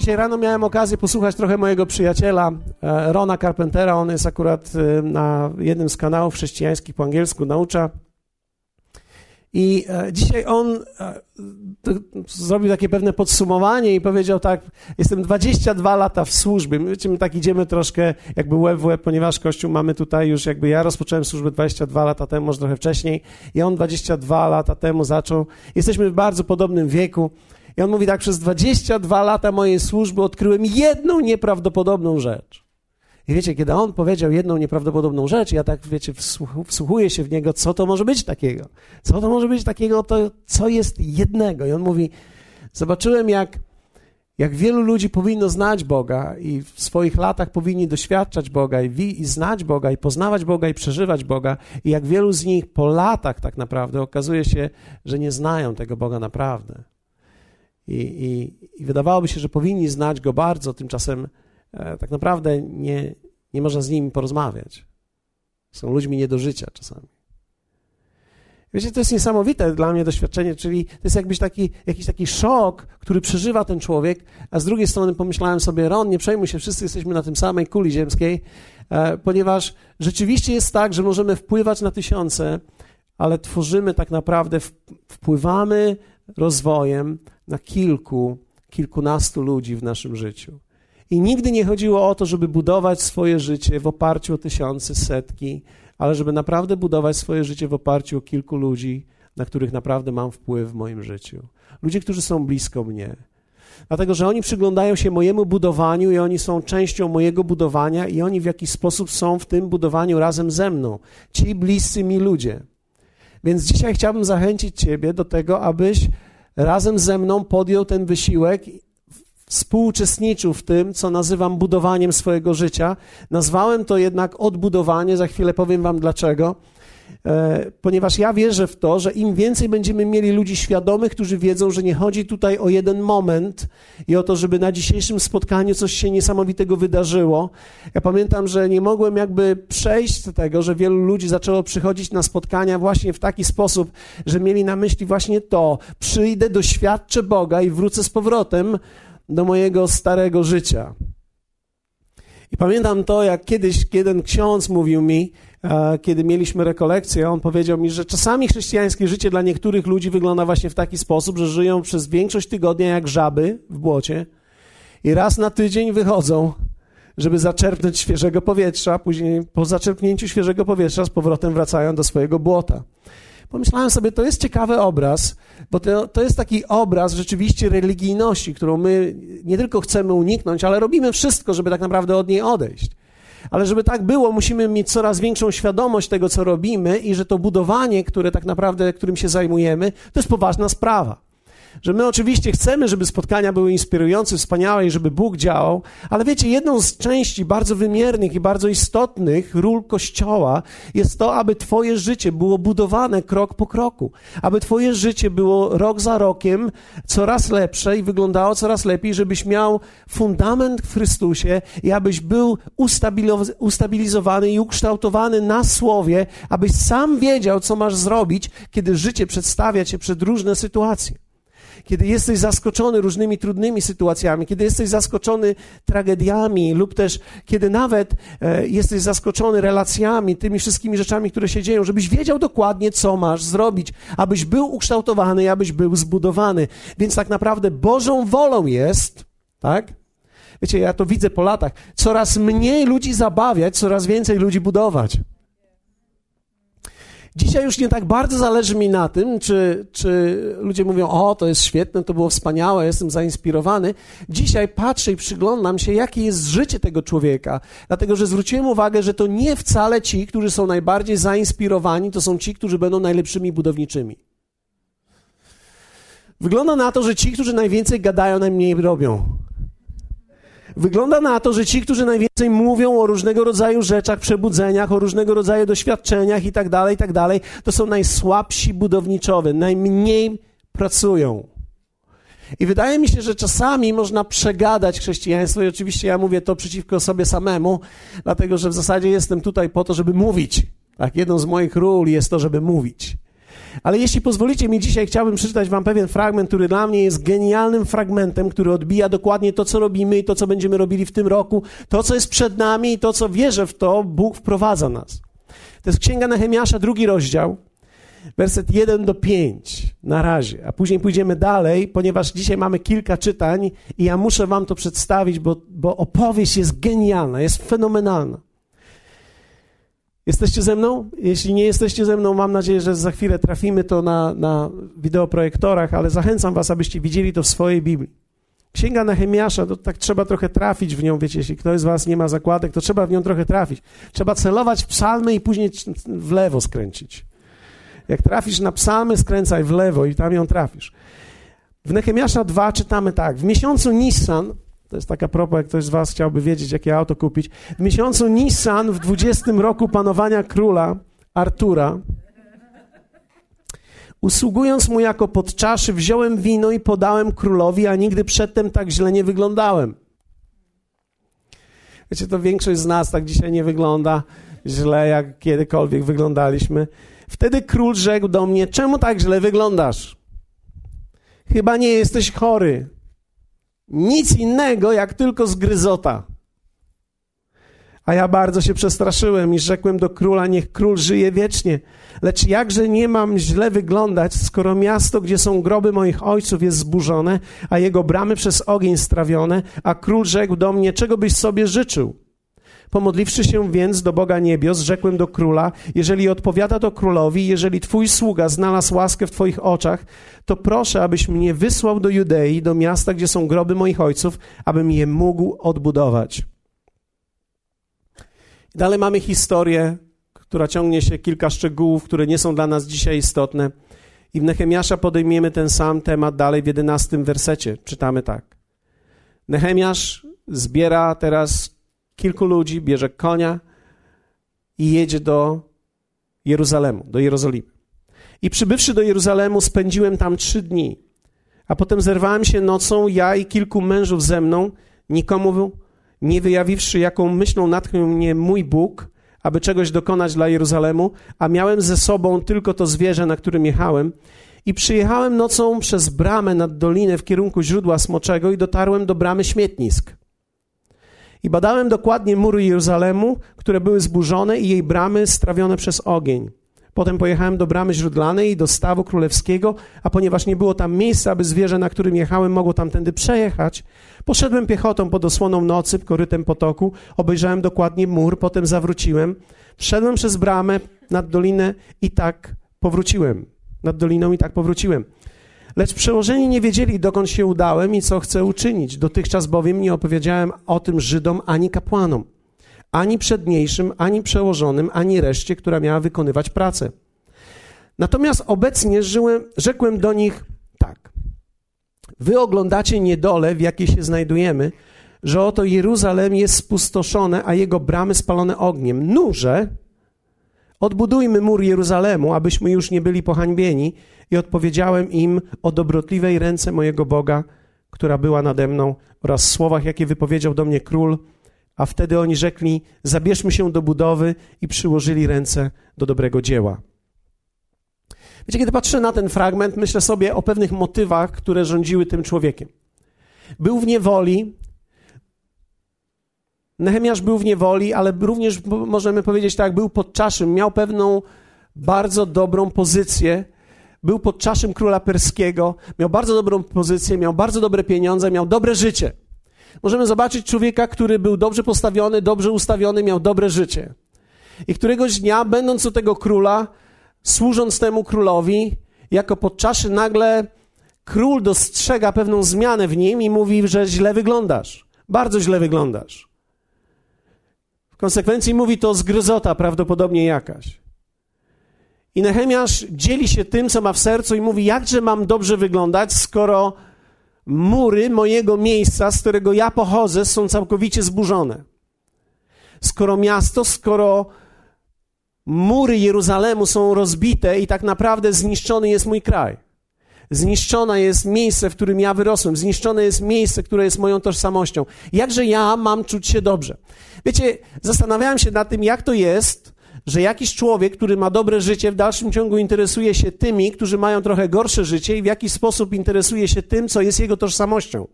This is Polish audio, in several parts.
Dzisiaj rano miałem okazję posłuchać trochę mojego przyjaciela, Rona Carpentera. On jest akurat na jednym z kanałów chrześcijańskich, po angielsku naucza. I dzisiaj on zrobił takie pewne podsumowanie i powiedział tak: jestem 22 lata w służbie. My tak idziemy troszkę jakby łeb w łeb, ponieważ Kościół mamy tutaj już jakby ja rozpocząłem służbę 22 lata temu, może trochę wcześniej, i on 22 lata temu zaczął. Jesteśmy w bardzo podobnym wieku. I on mówi tak: przez 22 lata mojej służby odkryłem jedną nieprawdopodobną rzecz. I wiecie, kiedy on powiedział jedną nieprawdopodobną rzecz, ja tak, wiecie, wsłuchuję się w niego, co to może być takiego? Co to może być takiego, to co jest jednego? I on mówi: zobaczyłem, jak wielu ludzi powinno znać Boga i w swoich latach powinni doświadczać Boga i znać Boga i poznawać Boga i przeżywać Boga, i jak wielu z nich po latach tak naprawdę okazuje się, że nie znają tego Boga naprawdę. I wydawałoby się, że powinni znać Go bardzo, tymczasem tak naprawdę nie można z nimi porozmawiać. Są ludźmi nie do życia czasami. Wiecie, to jest niesamowite dla mnie doświadczenie, czyli to jest jakiś taki szok, który przeżywa ten człowiek, a z drugiej strony pomyślałem sobie: Ron, nie przejmuj się, wszyscy jesteśmy na tym samej kuli ziemskiej, ponieważ rzeczywiście jest tak, że możemy wpływać na tysiące, ale tworzymy tak naprawdę, wpływamy rozwojem na kilkunastu ludzi w naszym życiu. I nigdy nie chodziło o to, żeby budować swoje życie w oparciu o tysiące, setki, ale żeby naprawdę budować swoje życie w oparciu o kilku ludzi, na których naprawdę mam wpływ w moim życiu. Ludzie, którzy są blisko mnie. Dlatego, że oni przyglądają się mojemu budowaniu i oni są częścią mojego budowania i oni w jakiś sposób są w tym budowaniu razem ze mną. Ci bliscy mi ludzie. Więc dzisiaj chciałbym zachęcić Ciebie do tego, abyś razem ze mną podjął ten wysiłek, współuczestniczył w tym, co nazywam budowaniem swojego życia. Nazwałem to jednak odbudowanie, za chwilę powiem wam dlaczego. Ponieważ ja wierzę w to, że im więcej będziemy mieli ludzi świadomych, którzy wiedzą, że nie chodzi tutaj o jeden moment i o to, żeby na dzisiejszym spotkaniu coś się niesamowitego wydarzyło. Ja pamiętam, że nie mogłem jakby przejść do tego, że wielu ludzi zaczęło przychodzić na spotkania właśnie w taki sposób, że mieli na myśli właśnie to: przyjdę, doświadczę Boga i wrócę z powrotem do mojego starego życia. I pamiętam to, jak kiedyś jeden ksiądz mówił mi, kiedy mieliśmy rekolekcję, on powiedział mi, że czasami chrześcijańskie życie dla niektórych ludzi wygląda właśnie w taki sposób, że żyją przez większość tygodnia jak żaby w błocie i raz na tydzień wychodzą, żeby zaczerpnąć świeżego powietrza, później po zaczerpnięciu świeżego powietrza z powrotem wracają do swojego błota. Pomyślałem sobie, to jest ciekawy obraz, bo to jest taki obraz rzeczywiście religijności, którą my nie tylko chcemy uniknąć, ale robimy wszystko, żeby tak naprawdę od niej odejść. Ale żeby tak było, musimy mieć coraz większą świadomość tego, co robimy i że to budowanie, którym się zajmujemy, to jest poważna sprawa. Że my oczywiście chcemy, żeby spotkania były inspirujące, wspaniałe i żeby Bóg działał, ale wiecie, jedną z części bardzo wymiernych i bardzo istotnych ról Kościoła jest to, aby twoje życie było budowane krok po kroku, aby twoje życie było rok za rokiem coraz lepsze i wyglądało coraz lepiej, żebyś miał fundament w Chrystusie i abyś był ustabilizowany i ukształtowany na Słowie, abyś sam wiedział, co masz zrobić, kiedy życie przedstawia cię przed różne sytuacje. Kiedy jesteś zaskoczony różnymi trudnymi sytuacjami, kiedy jesteś zaskoczony tragediami lub też kiedy nawet jesteś zaskoczony relacjami, tymi wszystkimi rzeczami, które się dzieją, żebyś wiedział dokładnie, co masz zrobić, abyś był ukształtowany i abyś był zbudowany. Więc tak naprawdę Bożą wolą jest, tak? Wiecie, ja to widzę po latach, coraz mniej ludzi zabawiać, coraz więcej ludzi budować. Dzisiaj już nie tak bardzo zależy mi na tym, czy ludzie mówią: o, to jest świetne, to było wspaniałe, jestem zainspirowany. Dzisiaj patrzę i przyglądam się, jakie jest życie tego człowieka, dlatego że zwróciłem uwagę, że to nie wcale ci, którzy są najbardziej zainspirowani, to są ci, którzy będą najlepszymi budowniczymi. Wygląda na to, że ci, którzy najwięcej gadają, najmniej robią. Wygląda na to, że ci, którzy najwięcej mówią o różnego rodzaju rzeczach, przebudzeniach, o różnego rodzaju doświadczeniach i tak dalej, to są najsłabsi budowniczowie, najmniej pracują. I wydaje mi się, że czasami można przegadać chrześcijaństwo i oczywiście ja mówię to przeciwko sobie samemu, dlatego że w zasadzie jestem tutaj po to, żeby mówić. Tak, jedną z moich ról jest to, żeby mówić. Ale jeśli pozwolicie mi dzisiaj, chciałbym przeczytać wam pewien fragment, który dla mnie jest genialnym fragmentem, który odbija dokładnie to, co robimy i to, co będziemy robili w tym roku, to, co jest przed nami i to, co wierzę w to, Bóg wprowadza nas. To jest Księga Nehemiasza, 2 rozdział, werset 1-5 na razie, a później pójdziemy dalej, ponieważ dzisiaj mamy kilka czytań i ja muszę wam to przedstawić, bo opowieść jest genialna, jest fenomenalna. Jesteście ze mną? Jeśli nie jesteście ze mną, mam nadzieję, że za chwilę trafimy to na wideoprojektorach, ale zachęcam was, abyście widzieli to w swojej Biblii. Księga Nehemiasza, to tak trzeba trochę trafić w nią, wiecie, jeśli ktoś z was nie ma zakładek, to trzeba w nią trochę trafić. Trzeba celować w psalmy i później w lewo skręcić. Jak trafisz na psalmy, skręcaj w lewo i tam ją trafisz. W Nehemiasza 2 czytamy tak. W miesiącu Nissan, to jest taka propos, jak ktoś z was chciałby wiedzieć, jakie auto kupić. W miesiącu Nissan, w 20 roku panowania króla Artura, usługując mu jako podczaszy, wziąłem wino i podałem królowi, a nigdy przedtem tak źle nie wyglądałem. Wiecie, to większość z nas tak dzisiaj nie wygląda źle, jak kiedykolwiek wyglądaliśmy. Wtedy król rzekł do mnie, czemu tak źle wyglądasz? Chyba nie jesteś chory. Nic innego, jak tylko zgryzota. A ja bardzo się przestraszyłem i rzekłem do króla, niech król żyje wiecznie. Lecz jakże nie mam źle wyglądać, skoro miasto, gdzie są groby moich ojców, jest zburzone, a jego bramy przez ogień strawione, a król rzekł do mnie, czego byś sobie życzył? Pomodliwszy się więc do Boga niebios, rzekłem do króla, jeżeli odpowiada to królowi, jeżeli twój sługa znalazł łaskę w twoich oczach, to proszę, abyś mnie wysłał do Judei, do miasta, gdzie są groby moich ojców, abym je mógł odbudować. I dalej mamy historię, która ciągnie się, kilka szczegółów, które nie są dla nas dzisiaj istotne. I w Nehemiasza podejmiemy ten sam temat dalej w 11 wersecie. Czytamy tak. Nehemiasz zbiera teraz kilku ludzi, bierze konia i jedzie do Jeruzalemu, do Jerozolimy. I przybywszy do Jeruzalemu, spędziłem tam 3 dni. A potem zerwałem się nocą, ja i kilku mężów ze mną, nikomu nie wyjawiwszy, jaką myślą natchnął mnie mój Bóg, aby czegoś dokonać dla Jeruzalemu, a miałem ze sobą tylko to zwierzę, na którym jechałem. I przyjechałem nocą przez bramę nad dolinę w kierunku źródła Smoczego i dotarłem do bramy Śmietnisk. I badałem dokładnie mury Jeruzalemu, które były zburzone i jej bramy strawione przez ogień. Potem pojechałem do bramy źródlanej i do stawu królewskiego, a ponieważ nie było tam miejsca, aby zwierzę, na którym jechałem, mogło tamtędy przejechać, poszedłem piechotą pod osłoną nocy, korytem potoku, obejrzałem dokładnie mur, potem zawróciłem, wszedłem przez bramę nad dolinę i tak powróciłem. Nad doliną i tak powróciłem. Lecz przełożeni nie wiedzieli, dokąd się udałem i co chcę uczynić. Dotychczas bowiem nie opowiedziałem o tym Żydom ani kapłanom, ani przedniejszym, ani przełożonym, ani reszcie, która miała wykonywać pracę. Natomiast obecnie rzekłem do nich tak. Wy oglądacie niedolę, w jakiej się znajdujemy, że oto Jeruzalem jest spustoszone, a jego bramy spalone ogniem. Nurze, odbudujmy mur Jeruzalemu, abyśmy już nie byli pohańbieni. I odpowiedziałem im o dobrotliwej ręce mojego Boga, która była nade mną, oraz słowach, jakie wypowiedział do mnie król. A wtedy oni rzekli, zabierzmy się do budowy i przyłożyli ręce do dobrego dzieła. Wiecie, kiedy patrzę na ten fragment, myślę sobie o pewnych motywach, które rządziły tym człowiekiem. Był w niewoli, Nehemiasz był w niewoli, ale również możemy powiedzieć tak, był podczaszym, miał pewną bardzo dobrą pozycję, był podczaszym króla perskiego, miał bardzo dobrą pozycję, miał bardzo dobre pieniądze, miał dobre życie. Możemy zobaczyć człowieka, który był dobrze postawiony, dobrze ustawiony, miał dobre życie. I któregoś dnia, będąc u tego króla, służąc temu królowi, jako podczaszy, nagle król dostrzega pewną zmianę w nim i mówi, że źle wyglądasz. Bardzo źle wyglądasz. W konsekwencji mówi to zgryzota prawdopodobnie jakaś. I Nehemiasz dzieli się tym, co ma w sercu i mówi, jakże mam dobrze wyglądać, skoro mury mojego miejsca, z którego ja pochodzę, są całkowicie zburzone. Skoro mury Jeruzalemu są rozbite i tak naprawdę zniszczony jest mój kraj. Zniszczone jest miejsce, w którym ja wyrosłem. Zniszczone jest miejsce, które jest moją tożsamością. Jakże ja mam czuć się dobrze? Wiecie, zastanawiałem się nad tym, jak to jest, że jakiś człowiek, który ma dobre życie, w dalszym ciągu interesuje się tymi, którzy mają trochę gorsze życie i w jakiś sposób interesuje się tym, co jest jego tożsamością.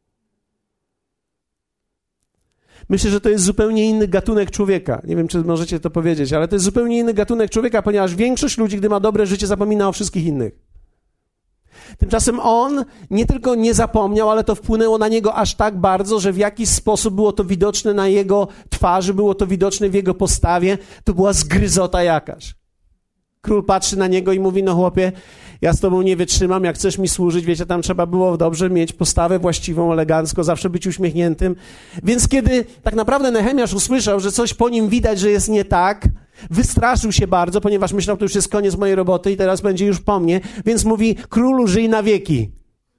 Myślę, że to jest zupełnie inny gatunek człowieka. Nie wiem, czy możecie to powiedzieć, ale to jest zupełnie inny gatunek człowieka, ponieważ większość ludzi, gdy ma dobre życie, zapomina o wszystkich innych. Tymczasem on nie tylko nie zapomniał, ale to wpłynęło na niego aż tak bardzo, że w jakiś sposób było to widoczne na jego twarzy, było to widoczne w jego postawie. To była zgryzota jakaś. Król patrzy na niego i mówi, no chłopie, ja z tobą nie wytrzymam, jak chcesz mi służyć, wiecie, tam trzeba było dobrze mieć postawę właściwą, elegancko, zawsze być uśmiechniętym. Więc kiedy tak naprawdę Nehemiasz usłyszał, że coś po nim widać, że jest nie tak, wystraszył się bardzo, ponieważ myślał, to już jest koniec mojej roboty i teraz będzie już po mnie, więc mówi, królu, żyj na wieki.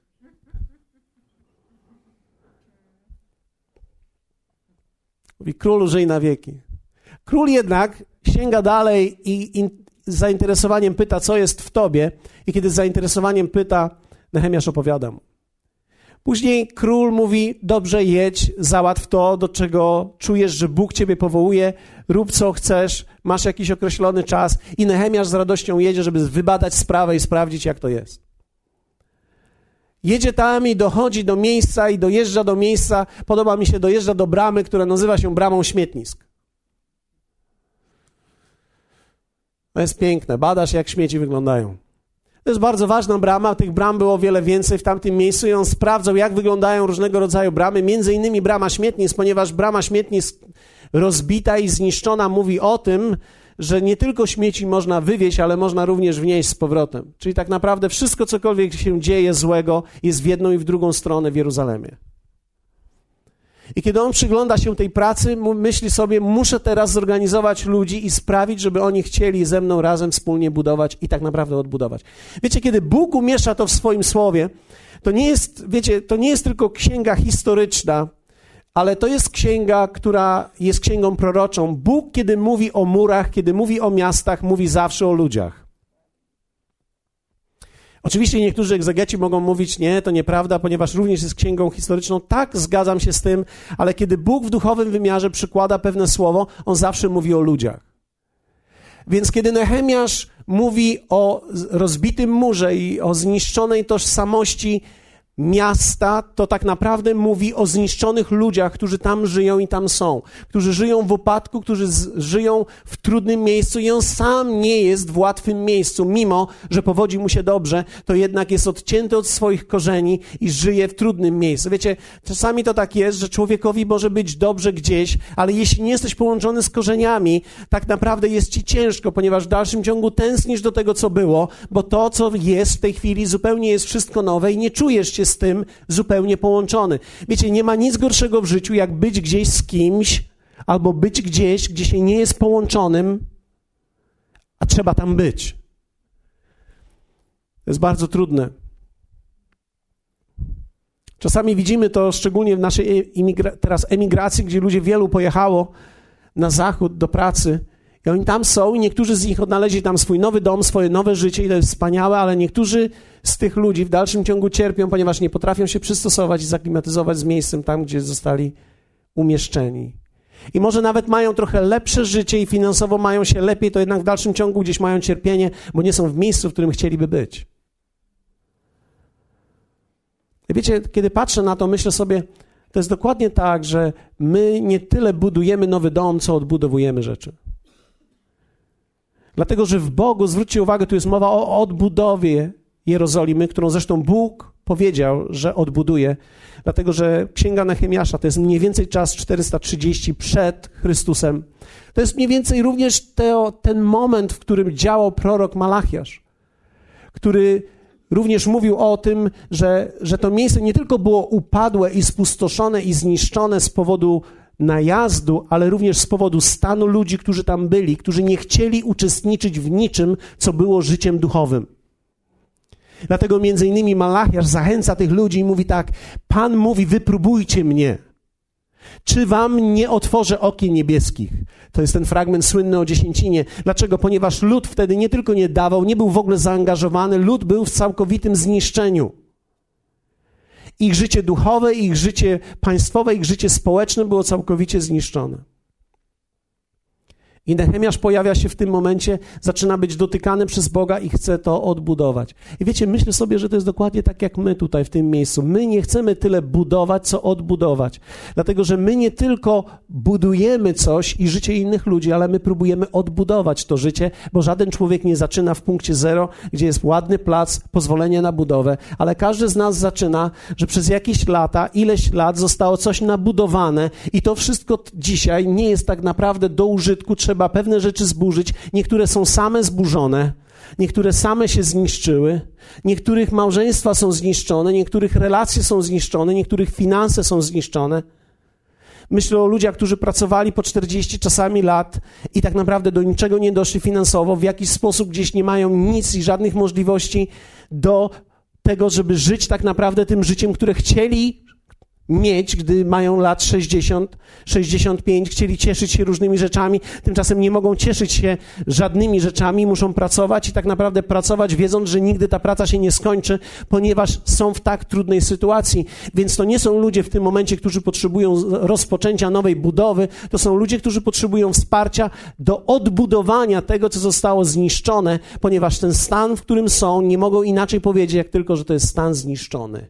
Mówi, królu, żyj na wieki. Król jednak sięga dalej i z zainteresowaniem pyta, co jest w tobie, i kiedy z zainteresowaniem pyta, Nehemiasz opowiada mu. Później król mówi, dobrze, jedź, załatw to, do czego czujesz, że Bóg ciebie powołuje, rób co chcesz, masz jakiś określony czas i Nehemiasz z radością jedzie, żeby wybadać sprawę i sprawdzić, jak to jest. Jedzie tam i dochodzi do miejsca i dojeżdża do miejsca, podoba mi się, dojeżdża do bramy, która nazywa się bramą śmietnisk. To jest piękne, badasz, jak śmieci wyglądają. To jest bardzo ważna brama, tych bram było o wiele więcej w tamtym miejscu i on sprawdzał, jak wyglądają różnego rodzaju bramy, między innymi brama śmietnisk, ponieważ brama śmietnisk rozbita i zniszczona mówi o tym, że nie tylko śmieci można wywieźć, ale można również wnieść z powrotem. Czyli tak naprawdę wszystko, cokolwiek się dzieje złego, jest w jedną i w drugą stronę w Jeruzalemie. I kiedy on przygląda się tej pracy, myśli sobie, muszę teraz zorganizować ludzi i sprawić, żeby oni chcieli ze mną razem wspólnie budować i tak naprawdę odbudować. Wiecie, kiedy Bóg umieszcza to w swoim słowie, to nie jest, wiecie, to nie jest tylko księga historyczna, ale to jest księga, która jest księgą proroczą. Bóg, kiedy mówi o murach, kiedy mówi o miastach, mówi zawsze o ludziach. Oczywiście niektórzy egzegeci mogą mówić, nie, to nieprawda, ponieważ również jest księgą historyczną. Tak, zgadzam się z tym, ale kiedy Bóg w duchowym wymiarze przykłada pewne słowo, on zawsze mówi o ludziach. Więc kiedy Nehemiasz mówi o rozbitym murze i o zniszczonej tożsamości miasta, to tak naprawdę mówi o zniszczonych ludziach, którzy tam żyją i tam są, którzy żyją w upadku, którzy żyją w trudnym miejscu i on sam nie jest w łatwym miejscu, mimo że powodzi mu się dobrze, to jednak jest odcięty od swoich korzeni i żyje w trudnym miejscu. Wiecie, czasami to tak jest, że człowiekowi może być dobrze gdzieś, ale jeśli nie jesteś połączony z korzeniami, tak naprawdę jest ci ciężko, ponieważ w dalszym ciągu tęsknisz do tego, co było, bo to, co jest w tej chwili, zupełnie jest wszystko nowe i nie czujesz się z tym zupełnie połączony. Wiecie, nie ma nic gorszego w życiu, jak być gdzieś z kimś, albo być gdzieś, gdzie się nie jest połączonym, a trzeba tam być. To jest bardzo trudne. Czasami widzimy to, szczególnie w naszej teraz emigracji, gdzie ludzie wielu pojechało na zachód do pracy i oni tam są i niektórzy z nich odnaleźli tam swój nowy dom, swoje nowe życie i to jest wspaniałe, ale niektórzy z tych ludzi w dalszym ciągu cierpią, ponieważ nie potrafią się przystosować i zaklimatyzować z miejscem tam, gdzie zostali umieszczeni. I może nawet mają trochę lepsze życie i finansowo mają się lepiej, to jednak w dalszym ciągu gdzieś mają cierpienie, bo nie są w miejscu, w którym chcieliby być. I wiecie, kiedy patrzę na to, myślę sobie, to jest dokładnie tak, że my nie tyle budujemy nowy dom, co odbudowujemy rzeczy. Dlatego, że w Bogu, zwróćcie uwagę, tu jest mowa o odbudowie Jerozolimy, którą zresztą Bóg powiedział, że odbuduje. Dlatego, że Księga Nehemiasza to jest mniej więcej czas 430 przed Chrystusem. To jest mniej więcej również ten moment, w którym działał prorok Malachiasz, który również mówił o tym, że to miejsce nie tylko było upadłe i spustoszone i zniszczone z powodu najazdu, ale również z powodu stanu ludzi, którzy tam byli, którzy nie chcieli uczestniczyć w niczym, co było życiem duchowym. Dlatego między innymi Malachiasz zachęca tych ludzi i mówi tak, Pan mówi, wypróbujcie mnie. Czy wam nie otworzę okien niebieskich? To jest ten fragment słynny o dziesięcinie. Dlaczego? Ponieważ lud wtedy nie tylko nie dawał, nie był w ogóle zaangażowany, lud był w całkowitym zniszczeniu. Ich życie duchowe, ich życie państwowe, ich życie społeczne było całkowicie zniszczone. I Nehemiasz pojawia się w tym momencie, zaczyna być dotykany przez Boga i chce to odbudować. I wiecie, myślę sobie, że to jest dokładnie tak jak my tutaj w tym miejscu. My nie chcemy tyle budować, co odbudować. Dlatego, że my nie tylko budujemy coś i życie innych ludzi, ale my próbujemy odbudować to życie, bo żaden człowiek nie zaczyna w punkcie zero, gdzie jest ładny plac, pozwolenie na budowę, ale każdy z nas zaczyna, że przez jakieś lata, ileś lat zostało coś nabudowane i to wszystko dzisiaj nie jest tak naprawdę do użytku, trzeba pewne rzeczy zburzyć. Niektóre są same zburzone, niektóre same się zniszczyły, niektórych małżeństwa są zniszczone, niektórych relacje są zniszczone, niektórych finanse są zniszczone. Myślę o ludziach, którzy pracowali po 40 czasami lat i tak naprawdę do niczego nie doszli finansowo, w jakiś sposób gdzieś nie mają nic i żadnych możliwości do tego, żeby żyć tak naprawdę tym życiem, które chcieli mieć, gdy mają lat 60, 65, chcieli cieszyć się różnymi rzeczami, tymczasem nie mogą cieszyć się żadnymi rzeczami, muszą pracować i tak naprawdę pracować, wiedząc, że nigdy ta praca się nie skończy, ponieważ są w tak trudnej sytuacji. Więc to nie są ludzie w tym momencie, którzy potrzebują rozpoczęcia nowej budowy, to są ludzie, którzy potrzebują wsparcia do odbudowania tego, co zostało zniszczone, ponieważ ten stan, w którym są, nie mogą inaczej powiedzieć, jak tylko, że to jest stan zniszczony.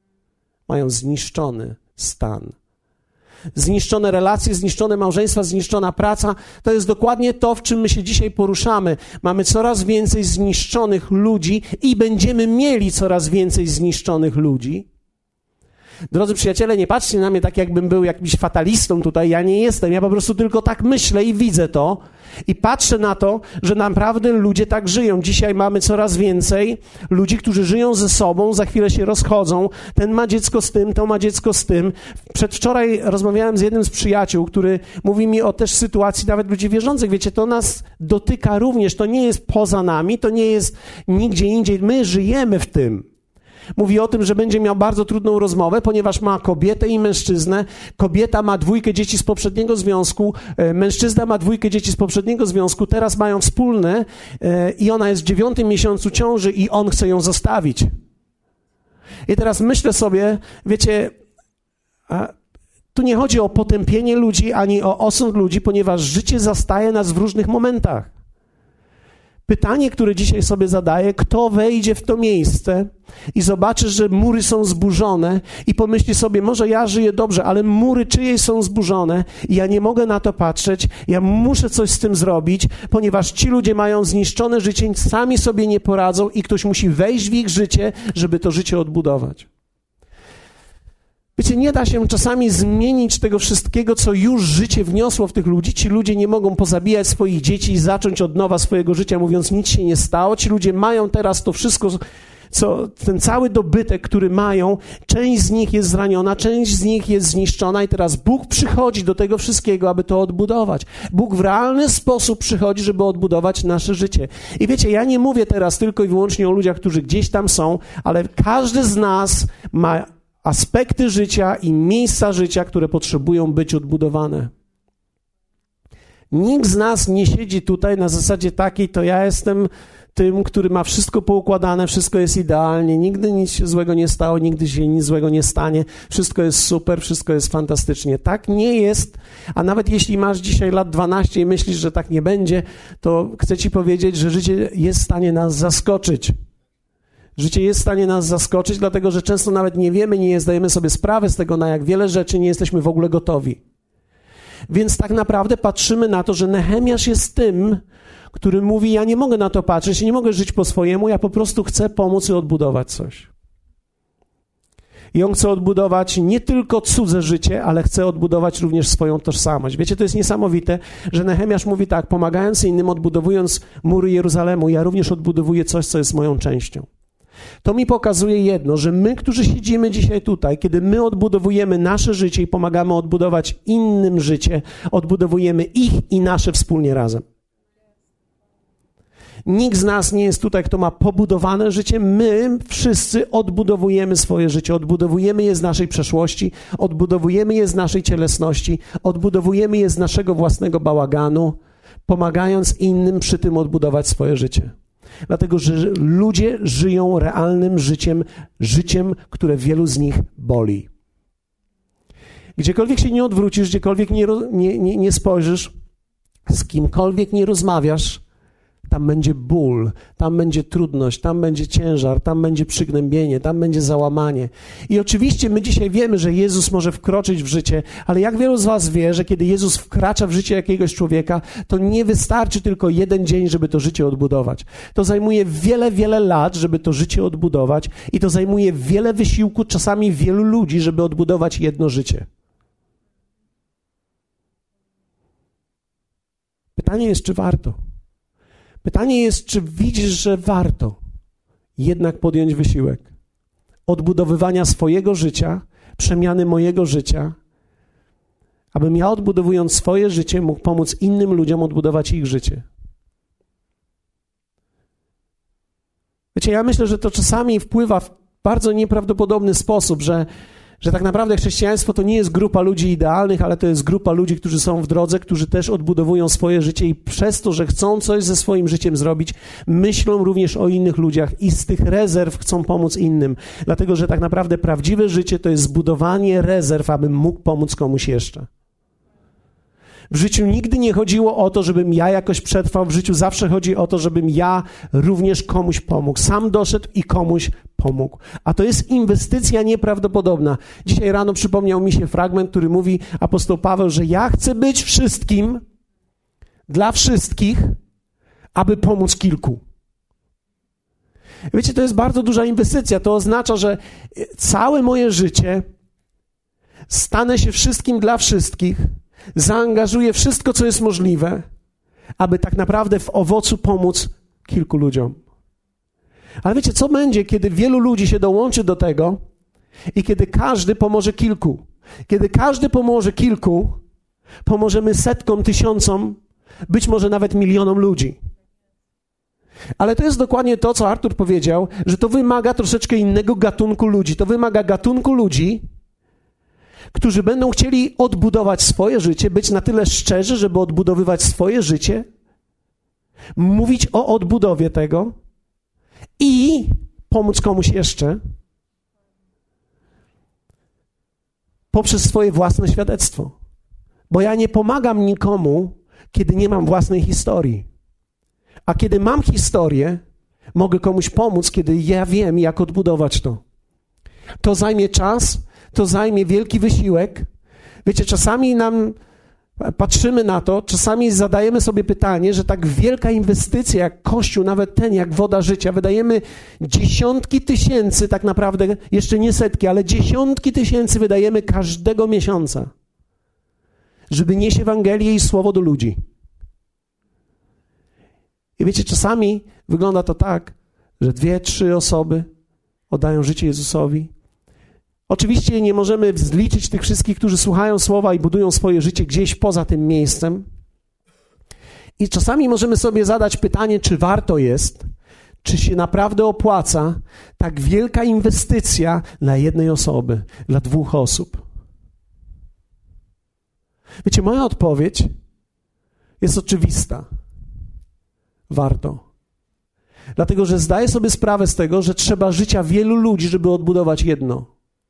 Mają zniszczony stan. Zniszczone relacje, zniszczone małżeństwa, zniszczona praca. To jest dokładnie to, w czym my się dzisiaj poruszamy. Mamy coraz więcej zniszczonych ludzi i będziemy mieli coraz więcej zniszczonych ludzi. Drodzy przyjaciele, nie patrzcie na mnie tak, jakbym był jakimś fatalistą tutaj. Ja nie jestem. Ja po prostu tylko tak myślę i widzę to. I patrzę na to, że naprawdę ludzie tak żyją. Dzisiaj mamy coraz więcej ludzi, którzy żyją ze sobą, za chwilę się rozchodzą. Ten ma dziecko z tym, to ma dziecko z tym. Przedwczoraj rozmawiałem z jednym z przyjaciół, który mówi mi o też sytuacji nawet ludzi wierzących. Wiecie, to nas dotyka również. To nie jest poza nami, to nie jest nigdzie indziej. My żyjemy w tym. Mówi o tym, że będzie miał bardzo trudną rozmowę, ponieważ ma kobietę i mężczyznę. Kobieta ma 2 dzieci z poprzedniego związku, mężczyzna ma 2 dzieci z poprzedniego związku, teraz mają wspólne i ona jest w 9. miesiącu ciąży i on chce ją zostawić. I teraz myślę sobie, wiecie, tu nie chodzi o potępienie ludzi, ani o osąd ludzi, ponieważ życie zastaje nas w różnych momentach. Pytanie, które dzisiaj sobie zadaję, kto wejdzie w to miejsce i zobaczy, że mury są zburzone i pomyśli sobie, może ja żyję dobrze, ale mury czyjeś są zburzone i ja nie mogę na to patrzeć, ja muszę coś z tym zrobić, ponieważ ci ludzie mają zniszczone życie, sami sobie nie poradzą i ktoś musi wejść w ich życie, żeby to życie odbudować. Wiecie, nie da się czasami zmienić tego wszystkiego, co już życie wniosło w tych ludzi. Ci ludzie nie mogą pozabijać swoich dzieci i zacząć od nowa swojego życia, mówiąc, nic się nie stało. Ci ludzie mają teraz to wszystko, ten cały dobytek, który mają. Część z nich jest zraniona, część z nich jest zniszczona i teraz Bóg przychodzi do tego wszystkiego, aby to odbudować. Bóg w realny sposób przychodzi, żeby odbudować nasze życie. I wiecie, ja nie mówię teraz tylko i wyłącznie o ludziach, którzy gdzieś tam są, ale każdy z nas ma aspekty życia i miejsca życia, które potrzebują być odbudowane. Nikt z nas nie siedzi tutaj na zasadzie takiej, to ja jestem tym, który ma wszystko poukładane, wszystko jest idealnie, nigdy nic się złego nie stało, nigdy się nic złego nie stanie, wszystko jest super, wszystko jest fantastycznie. Tak nie jest, a nawet jeśli masz dzisiaj lat 12 i myślisz, że tak nie będzie, to chcę ci powiedzieć, że życie jest w stanie nas zaskoczyć. Życie jest w stanie nas zaskoczyć, dlatego że często nawet nie wiemy, nie zdajemy sobie sprawy z tego, na jak wiele rzeczy nie jesteśmy w ogóle gotowi. Więc tak naprawdę patrzymy na to, że Nehemiasz jest tym, który mówi, ja nie mogę na to patrzeć, nie mogę żyć po swojemu, ja po prostu chcę pomóc i odbudować coś. I on chce odbudować nie tylko cudze życie, ale chce odbudować również swoją tożsamość. Wiecie, to jest niesamowite, że Nehemiasz mówi tak, pomagając innym, odbudowując mury Jeruzalemu, ja również odbudowuję coś, co jest moją częścią. To mi pokazuje jedno, że my, którzy siedzimy dzisiaj tutaj, kiedy my odbudowujemy nasze życie i pomagamy odbudować innym życie, odbudowujemy ich i nasze wspólnie razem. Nikt z nas nie jest tutaj, kto ma pobudowane życie. My wszyscy odbudowujemy swoje życie, odbudowujemy je z naszej przeszłości, odbudowujemy je z naszej cielesności, odbudowujemy je z naszego własnego bałaganu, pomagając innym przy tym odbudować swoje życie. Dlatego, że ludzie żyją realnym życiem, które wielu z nich boli. Gdziekolwiek się nie odwrócisz, gdziekolwiek nie spojrzysz, Z kimkolwiek nie rozmawiasz, tam będzie ból, tam będzie trudność, tam będzie ciężar, tam będzie przygnębienie, tam będzie załamanie. I oczywiście my dzisiaj wiemy, że Jezus może wkroczyć w życie, ale jak wielu z was wie, że kiedy Jezus wkracza w życie jakiegoś człowieka, to nie wystarczy tylko jeden dzień, żeby to życie odbudować. To zajmuje wiele, wiele lat, żeby to życie odbudować i to zajmuje wiele wysiłku, czasami wielu ludzi, żeby odbudować jedno życie. Pytanie jest, czy warto? Pytanie jest, czy widzisz, że warto jednak podjąć wysiłek odbudowywania swojego życia, przemiany mojego życia, abym ja, odbudowując swoje życie, mógł pomóc innym ludziom odbudować ich życie. Wiecie, ja myślę, że to czasami wpływa w bardzo nieprawdopodobny sposób, że tak naprawdę chrześcijaństwo to nie jest grupa ludzi idealnych, ale to jest grupa ludzi, którzy są w drodze, którzy też odbudowują swoje życie i przez to, że chcą coś ze swoim życiem zrobić, myślą również o innych ludziach i z tych rezerw chcą pomóc innym. Dlatego, że tak naprawdę prawdziwe życie to jest zbudowanie rezerw, abym mógł pomóc komuś jeszcze. W życiu nigdy nie chodziło o to, żebym ja jakoś przetrwał. W życiu zawsze chodzi o to, żebym ja również komuś pomógł. Sam doszedł i komuś pomógł. A to jest inwestycja nieprawdopodobna. Dzisiaj rano przypomniał mi się fragment, który mówi apostoł Paweł, że ja chcę być wszystkim dla wszystkich, aby pomóc kilku. Wiecie, to jest bardzo duża inwestycja. To oznacza, że całe moje życie stanę się wszystkim dla wszystkich, zaangażuję wszystko, co jest możliwe, aby tak naprawdę w owocu pomóc kilku ludziom. Ale wiecie, co będzie, kiedy wielu ludzi się dołączy do tego i kiedy każdy pomoże kilku? Kiedy każdy pomoże kilku, pomożemy setkom, tysiącom, być może nawet milionom ludzi. Ale to jest dokładnie to, co Artur powiedział, że to wymaga troszeczkę innego gatunku ludzi. To wymaga gatunku ludzi, którzy będą chcieli odbudować swoje życie, być na tyle szczerzy, żeby odbudowywać swoje życie, mówić o odbudowie tego i pomóc komuś jeszcze poprzez swoje własne świadectwo. Bo ja nie pomagam nikomu, kiedy nie mam własnej historii. A kiedy mam historię, mogę komuś pomóc, kiedy ja wiem, jak odbudować to. To zajmie czas, to zajmie wielki wysiłek. Wiecie, czasami patrzymy na to, czasami zadajemy sobie pytanie, że tak wielka inwestycja jak Kościół, nawet ten, jak woda życia, wydajemy dziesiątki tysięcy, tak naprawdę, jeszcze nie setki, ale dziesiątki tysięcy wydajemy każdego miesiąca, żeby nieść Ewangelię i słowo do ludzi. I wiecie, czasami wygląda to tak, że 2-3 osoby oddają życie Jezusowi. Oczywiście nie możemy zliczyć tych wszystkich, którzy słuchają słowa i budują swoje życie gdzieś poza tym miejscem. I czasami możemy sobie zadać pytanie, czy warto jest, czy się naprawdę opłaca tak wielka inwestycja dla jednej osoby, dla 2 osób. Wiecie, moja odpowiedź jest oczywista. Warto. Dlatego, że zdaję sobie sprawę z tego, że trzeba życia wielu ludzi, żeby odbudować jedno.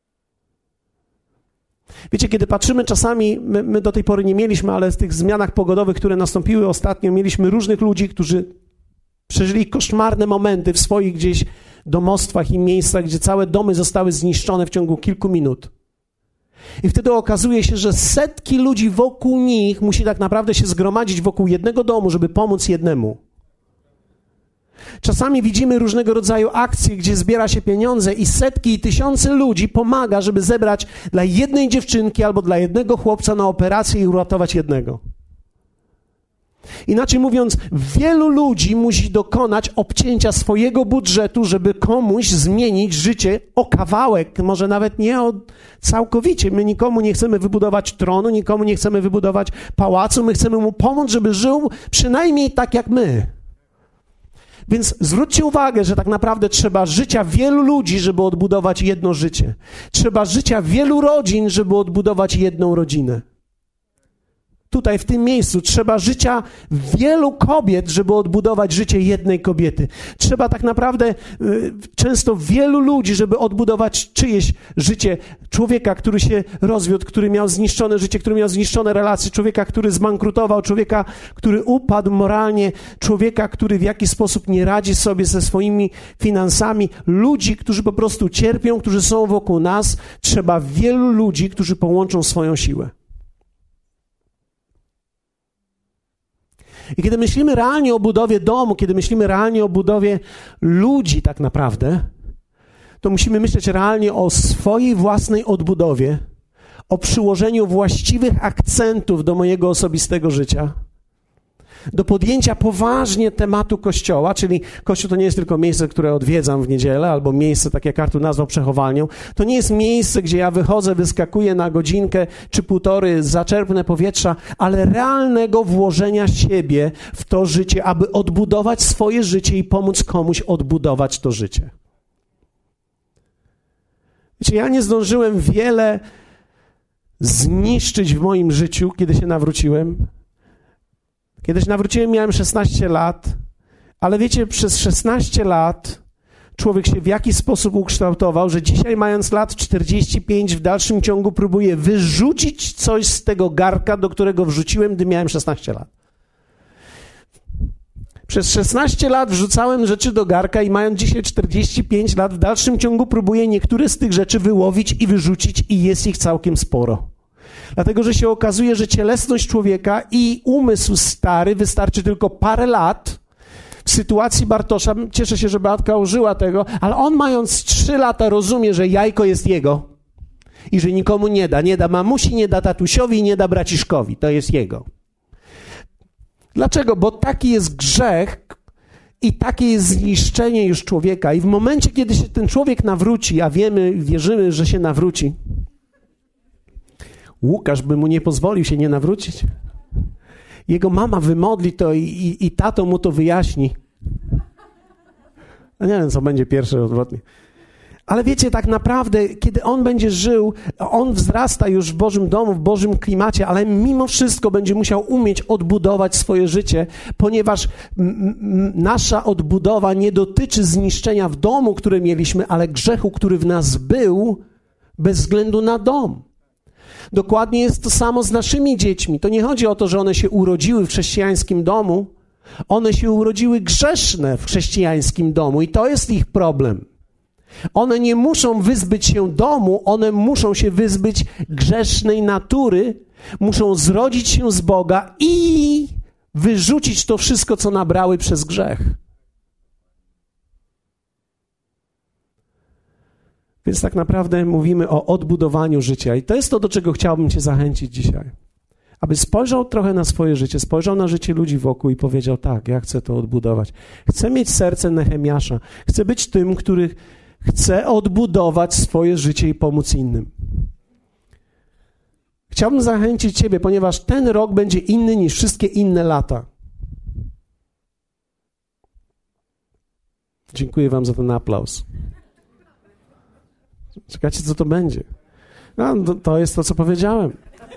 Wiecie, kiedy patrzymy czasami, my do tej pory nie mieliśmy, ale w tych zmianach pogodowych, które nastąpiły ostatnio, mieliśmy różnych ludzi, którzy przeżyli koszmarne momenty w swoich gdzieś domostwach i miejscach, gdzie całe domy zostały zniszczone w ciągu kilku minut. I wtedy okazuje się, że setki ludzi wokół nich musi tak naprawdę się zgromadzić wokół jednego domu, żeby pomóc jednemu. Czasami widzimy różnego rodzaju akcje, gdzie zbiera się pieniądze i setki i tysiące ludzi pomaga, żeby zebrać dla jednej dziewczynki albo dla jednego chłopca na operację i uratować jednego. Inaczej mówiąc, wielu ludzi musi dokonać obcięcia swojego budżetu, żeby komuś zmienić życie o kawałek, może nawet nie całkowicie. My nikomu nie chcemy wybudować tronu, nikomu nie chcemy wybudować pałacu, my chcemy mu pomóc, żeby żył przynajmniej tak jak my. Więc zwróćcie uwagę, że tak naprawdę trzeba życia wielu ludzi, żeby odbudować jedno życie. Trzeba życia wielu rodzin, żeby odbudować jedną rodzinę. tutaj, w tym miejscu. Trzeba życia wielu kobiet, żeby odbudować życie jednej kobiety. Trzeba tak naprawdę często wielu ludzi, żeby odbudować czyjeś życie. Człowieka, który się rozwiódł, który miał zniszczone życie, który miał zniszczone relacje, człowieka, który zbankrutował, człowieka, który upadł moralnie, człowieka, który w jakiś sposób nie radzi sobie ze swoimi finansami. Ludzi, którzy po prostu cierpią, którzy są wokół nas. Trzeba wielu ludzi, którzy połączą swoją siłę. I kiedy myślimy realnie o budowie domu, kiedy myślimy realnie o budowie ludzi tak naprawdę, to musimy myśleć realnie o swojej własnej odbudowie, o przyłożeniu właściwych akcentów do mojego osobistego życia, do podjęcia poważnie tematu Kościoła, czyli Kościół to nie jest tylko miejsce, które odwiedzam w niedzielę, albo miejsce, tak jak Artur nazwał, przechowalnią. To nie jest miejsce, gdzie ja wychodzę, wyskakuję na godzinkę czy półtory, zaczerpnę powietrza, ale realnego włożenia siebie w to życie, aby odbudować swoje życie i pomóc komuś odbudować to życie. Wiecie, ja nie zdążyłem wiele zniszczyć w moim życiu, kiedy się nawróciłem. Kiedy się nawróciłem, miałem 16 lat, ale wiecie, przez 16 lat człowiek się w jakiś sposób ukształtował, że dzisiaj, mając lat 45, w dalszym ciągu próbuję wyrzucić coś z tego garka, do którego wrzuciłem, gdy miałem 16 lat. Przez 16 lat wrzucałem rzeczy do garka i mając dzisiaj 45 lat, w dalszym ciągu próbuję niektóre z tych rzeczy wyłowić i wyrzucić i jest ich całkiem sporo. Dlatego, że się okazuje, że cielesność człowieka i umysł stary wystarczy tylko parę lat. W sytuacji Bartosza, cieszę się, że Beatka użyła tego, ale on mając 3 lata rozumie, że jajko jest jego i że nikomu nie da. Nie da mamusi, nie da tatusiowi, nie da braciszkowi. To jest jego. Dlaczego? Bo taki jest grzech i takie jest zniszczenie już człowieka. I w momencie, kiedy się ten człowiek nawróci, a wierzymy, że się nawróci, Łukasz by mu nie pozwolił się nie nawrócić. Jego mama wymodli to i tato mu to wyjaśni. No nie wiem, co będzie pierwsze odwrotnie. Ale wiecie, tak naprawdę, kiedy on będzie żył, on wzrasta już w Bożym domu, w Bożym klimacie, ale mimo wszystko będzie musiał umieć odbudować swoje życie, ponieważ nasza odbudowa nie dotyczy zniszczenia w domu, które mieliśmy, ale grzechu, który w nas był, bez względu na dom. Dokładnie jest to samo z naszymi dziećmi. To nie chodzi o to, że one się urodziły w chrześcijańskim domu. One się urodziły grzeszne w chrześcijańskim domu i to jest ich problem. One nie muszą wyzbyć się domu, one muszą się wyzbyć grzesznej natury, muszą zrodzić się z Boga i wyrzucić to wszystko, co nabrały przez grzech. Więc tak naprawdę mówimy o odbudowaniu życia i to jest to, do czego chciałbym cię zachęcić dzisiaj. Aby spojrzał trochę na swoje życie, spojrzał na życie ludzi wokół i powiedział: tak, ja chcę to odbudować. Chcę mieć serce Nehemiasza. Chcę być tym, który chce odbudować swoje życie i pomóc innym. Chciałbym zachęcić ciebie, ponieważ ten rok będzie inny niż wszystkie inne lata. Dziękuję wam za ten aplauz. Czekajcie, co to będzie. No, to jest to, co powiedziałem.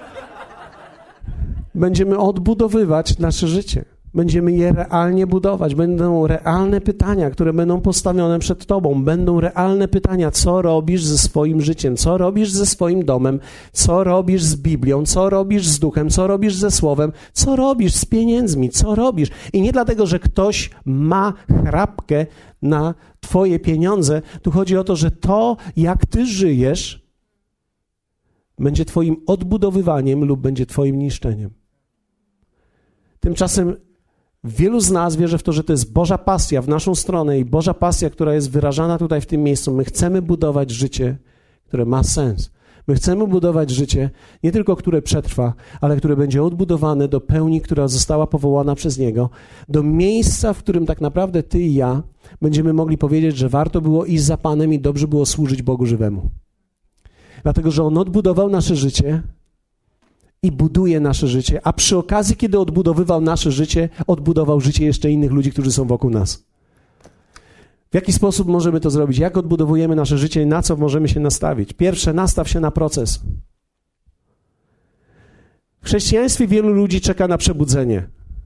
Będziemy odbudowywać nasze życie. Będziemy je realnie budować. Będą realne pytania, które będą postawione przed tobą. Będą realne pytania, co robisz ze swoim życiem, co robisz ze swoim domem, co robisz z Biblią, co robisz z duchem, co robisz ze słowem, co robisz z pieniędzmi, co robisz. I nie dlatego, że ktoś ma chrapkę na twoje pieniądze. Tu chodzi o to, że to, jak ty żyjesz, będzie twoim odbudowywaniem lub będzie twoim niszczeniem. Tymczasem wielu z nas wierzy w to, że to jest Boża pasja w naszą stronę i Boża pasja, która jest wyrażana tutaj w tym miejscu. My chcemy budować życie, które ma sens. My chcemy budować życie nie tylko, które przetrwa, ale które będzie odbudowane do pełni, która została powołana przez Niego, do miejsca, w którym tak naprawdę ty i ja będziemy mogli powiedzieć, że warto było iść za Panem i dobrze było służyć Bogu żywemu. Dlatego, że On odbudował nasze życie i buduje nasze życie, a przy okazji, kiedy odbudowywał nasze życie, odbudował życie jeszcze innych ludzi, którzy są wokół nas. W jaki sposób możemy to zrobić? Jak odbudowujemy nasze życie i na co możemy się nastawić? Pierwsze, nastaw się na proces. W chrześcijaństwie wielu ludzi czeka na przebudzenie.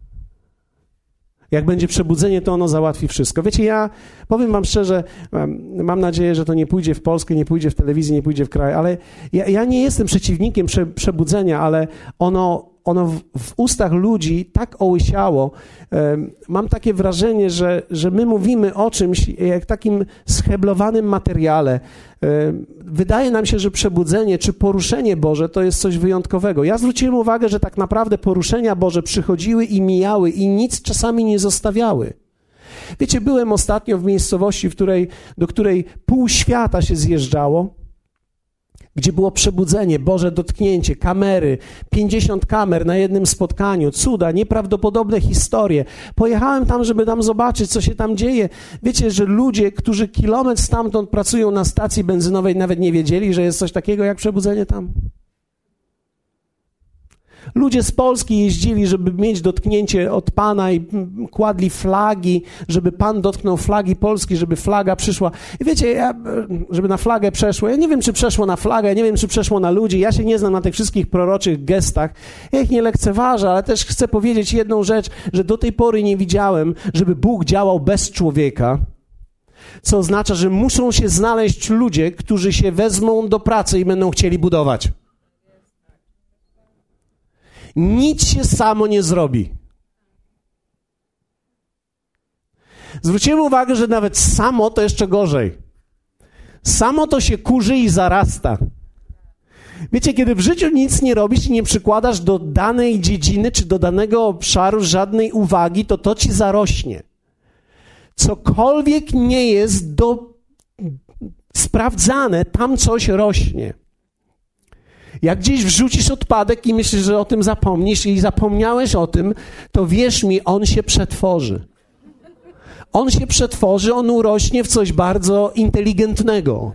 Jak będzie przebudzenie, to ono załatwi wszystko. Wiecie, ja powiem wam szczerze, mam nadzieję, że to nie pójdzie w Polskę, nie pójdzie w telewizji, nie pójdzie w kraj, ale ja nie jestem przeciwnikiem przebudzenia, ale ono w ustach ludzi tak ołysiało. Mam takie wrażenie, że my mówimy o czymś jak takim scheblowanym materiale. Wydaje nam się, że przebudzenie czy poruszenie Boże to jest coś wyjątkowego. Ja zwróciłem uwagę, że tak naprawdę poruszenia Boże przychodziły i mijały i nic czasami nie zostawiały. Wiecie, byłem ostatnio w miejscowości, do której pół świata się zjeżdżało, gdzie było przebudzenie, Boże dotknięcie, kamery, 50 kamer na jednym spotkaniu, cuda, nieprawdopodobne historie. Pojechałem tam, żeby tam zobaczyć, co się tam dzieje. Wiecie, że ludzie, którzy kilometr stamtąd pracują na stacji benzynowej, nawet nie wiedzieli, że jest coś takiego jak przebudzenie tam. Ludzie z Polski jeździli, żeby mieć dotknięcie od Pana i kładli flagi, żeby Pan dotknął flagi Polski, żeby flaga przyszła. I wiecie, żeby na flagę przeszło. Ja nie wiem, czy przeszło na flagę, ja nie wiem, czy przeszło na ludzi. Ja się nie znam na tych wszystkich proroczych gestach. Ja ich nie lekceważę, ale też chcę powiedzieć jedną rzecz, że do tej pory nie widziałem, żeby Bóg działał bez człowieka. Co oznacza, że muszą się znaleźć ludzie, którzy się wezmą do pracy i będą chcieli budować. Nic się samo nie zrobi. Zwróciłem uwagę, że nawet samo to jeszcze gorzej. Samo to się kurzy i zarasta. Wiecie, kiedy w życiu nic nie robisz i nie przykładasz do danej dziedziny czy do danego obszaru żadnej uwagi, to ci zarośnie. Cokolwiek nie jest sprawdzane, tam coś rośnie. Jak gdzieś wrzucisz odpadek i myślisz, że o tym zapomnisz i zapomniałeś o tym, to wierz mi, on się przetworzy. On się przetworzy, on urośnie w coś bardzo inteligentnego.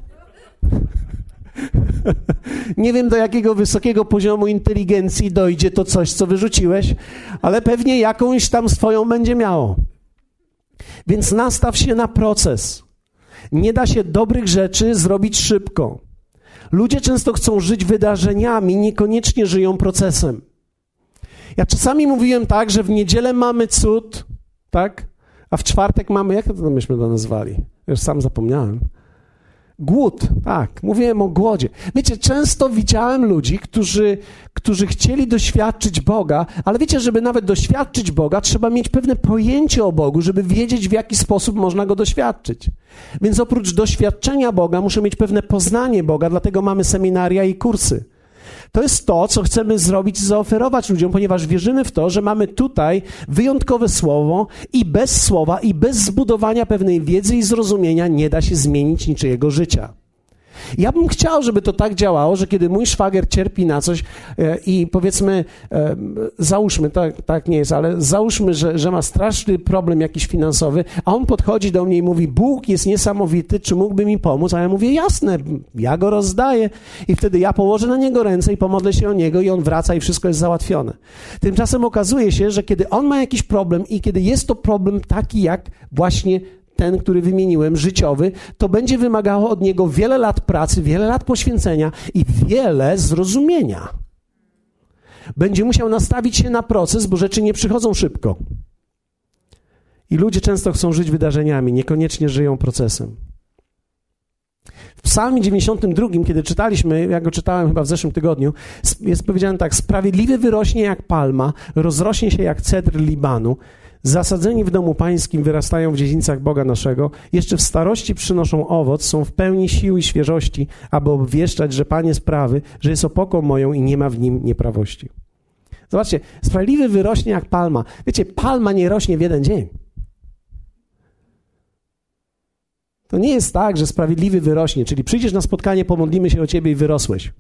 Nie wiem, do jakiego wysokiego poziomu inteligencji dojdzie to coś, co wyrzuciłeś, ale pewnie jakąś tam swoją będzie miało. Więc nastaw się na proces. Nie da się dobrych rzeczy zrobić szybko. Ludzie często chcą żyć wydarzeniami, niekoniecznie żyją procesem. Ja czasami mówiłem tak, że w niedzielę mamy cud, tak? A w czwartek mamy, jak to myśmy to nazwali? Już sam zapomniałem. Głód, tak, mówiłem o głodzie. Wiecie, często widziałem ludzi, którzy chcieli doświadczyć Boga, ale wiecie, żeby nawet doświadczyć Boga, trzeba mieć pewne pojęcie o Bogu, żeby wiedzieć, w jaki sposób można Go doświadczyć. Więc oprócz doświadczenia Boga muszę mieć pewne poznanie Boga, dlatego mamy seminaria i kursy. To jest to, co chcemy zrobić i zaoferować ludziom, ponieważ wierzymy w to, że mamy tutaj wyjątkowe słowo i bez słowa i bez zbudowania pewnej wiedzy i zrozumienia nie da się zmienić niczyjego życia. Ja bym chciał, żeby to tak działało, że kiedy mój szwagier cierpi na coś i powiedzmy, załóżmy, tak nie jest, ale załóżmy, że ma straszny problem jakiś finansowy, a on podchodzi do mnie i mówi, Bóg jest niesamowity, czy mógłby mi pomóc? A ja mówię, jasne, ja go rozdaję i wtedy ja położę na niego ręce i pomodlę się o niego i on wraca i wszystko jest załatwione. Tymczasem okazuje się, że kiedy on ma jakiś problem i kiedy jest to problem taki jak właśnie ten, który wymieniłem, życiowy, to będzie wymagało od niego wiele lat pracy, wiele lat poświęcenia i wiele zrozumienia. Będzie musiał nastawić się na proces, bo rzeczy nie przychodzą szybko. I ludzie często chcą żyć wydarzeniami, niekoniecznie żyją procesem. W Psalmie 92, kiedy czytaliśmy, ja go czytałem chyba w zeszłym tygodniu, jest powiedziane tak, sprawiedliwy wyrośnie jak palma, rozrośnie się jak cedr Libanu, zasadzeni w domu pańskim wyrastają w dziedzińcach Boga naszego, jeszcze w starości przynoszą owoc, są w pełni sił i świeżości, aby obwieszczać, że Pan jest prawy, że jest opoką moją i nie ma w nim nieprawości. Zobaczcie, sprawiedliwy wyrośnie jak palma. Wiecie, palma nie rośnie w jeden dzień. To nie jest tak, że sprawiedliwy wyrośnie, czyli przyjdziesz na spotkanie, pomodlimy się o ciebie i wyrosłeś.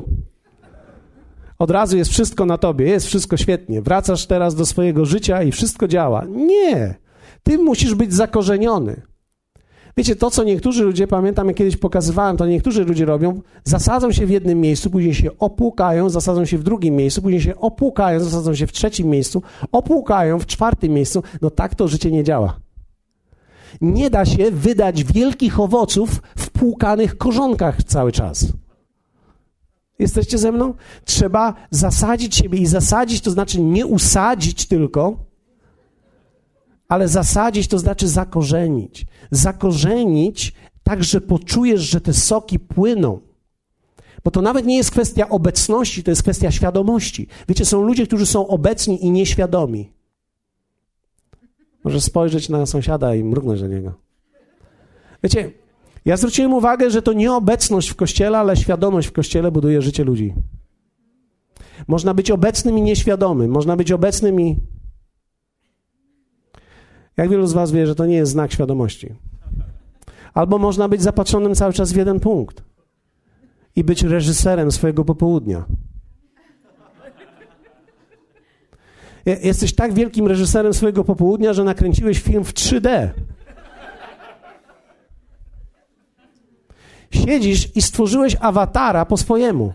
Od razu jest wszystko na tobie, jest wszystko świetnie. Wracasz teraz do swojego życia i wszystko działa. Nie. Ty musisz być zakorzeniony. Wiecie, to co niektórzy ludzie, pamiętam jak kiedyś pokazywałem, to niektórzy ludzie robią, zasadzą się w jednym miejscu, później się opłukają, zasadzą się w drugim miejscu, później się opłukają, zasadzą się w trzecim miejscu, opłukają w czwartym miejscu. No tak to życie nie działa. Nie da się wydać wielkich owoców w płukanych korzonkach cały czas. Jesteście ze mną? Trzeba zasadzić siebie i zasadzić to znaczy nie usadzić tylko, ale zasadzić to znaczy zakorzenić. Zakorzenić tak, że poczujesz, że te soki płyną. Bo to nawet nie jest kwestia obecności, to jest kwestia świadomości. Wiecie, są ludzie, którzy są obecni i nieświadomi. Możesz spojrzeć na sąsiada i mrugnąć do niego. Wiecie, ja zwróciłem uwagę, że to nie obecność w Kościele, ale świadomość w Kościele buduje życie ludzi. Można być obecnym i nieświadomym. Można być obecnym i... Jak wielu z was wie, że to nie jest znak świadomości. Albo można być zapatrzonym cały czas w jeden punkt i być reżyserem swojego popołudnia. Jesteś tak wielkim reżyserem swojego popołudnia, że nakręciłeś film w 3D. Siedzisz i stworzyłeś awatara po swojemu.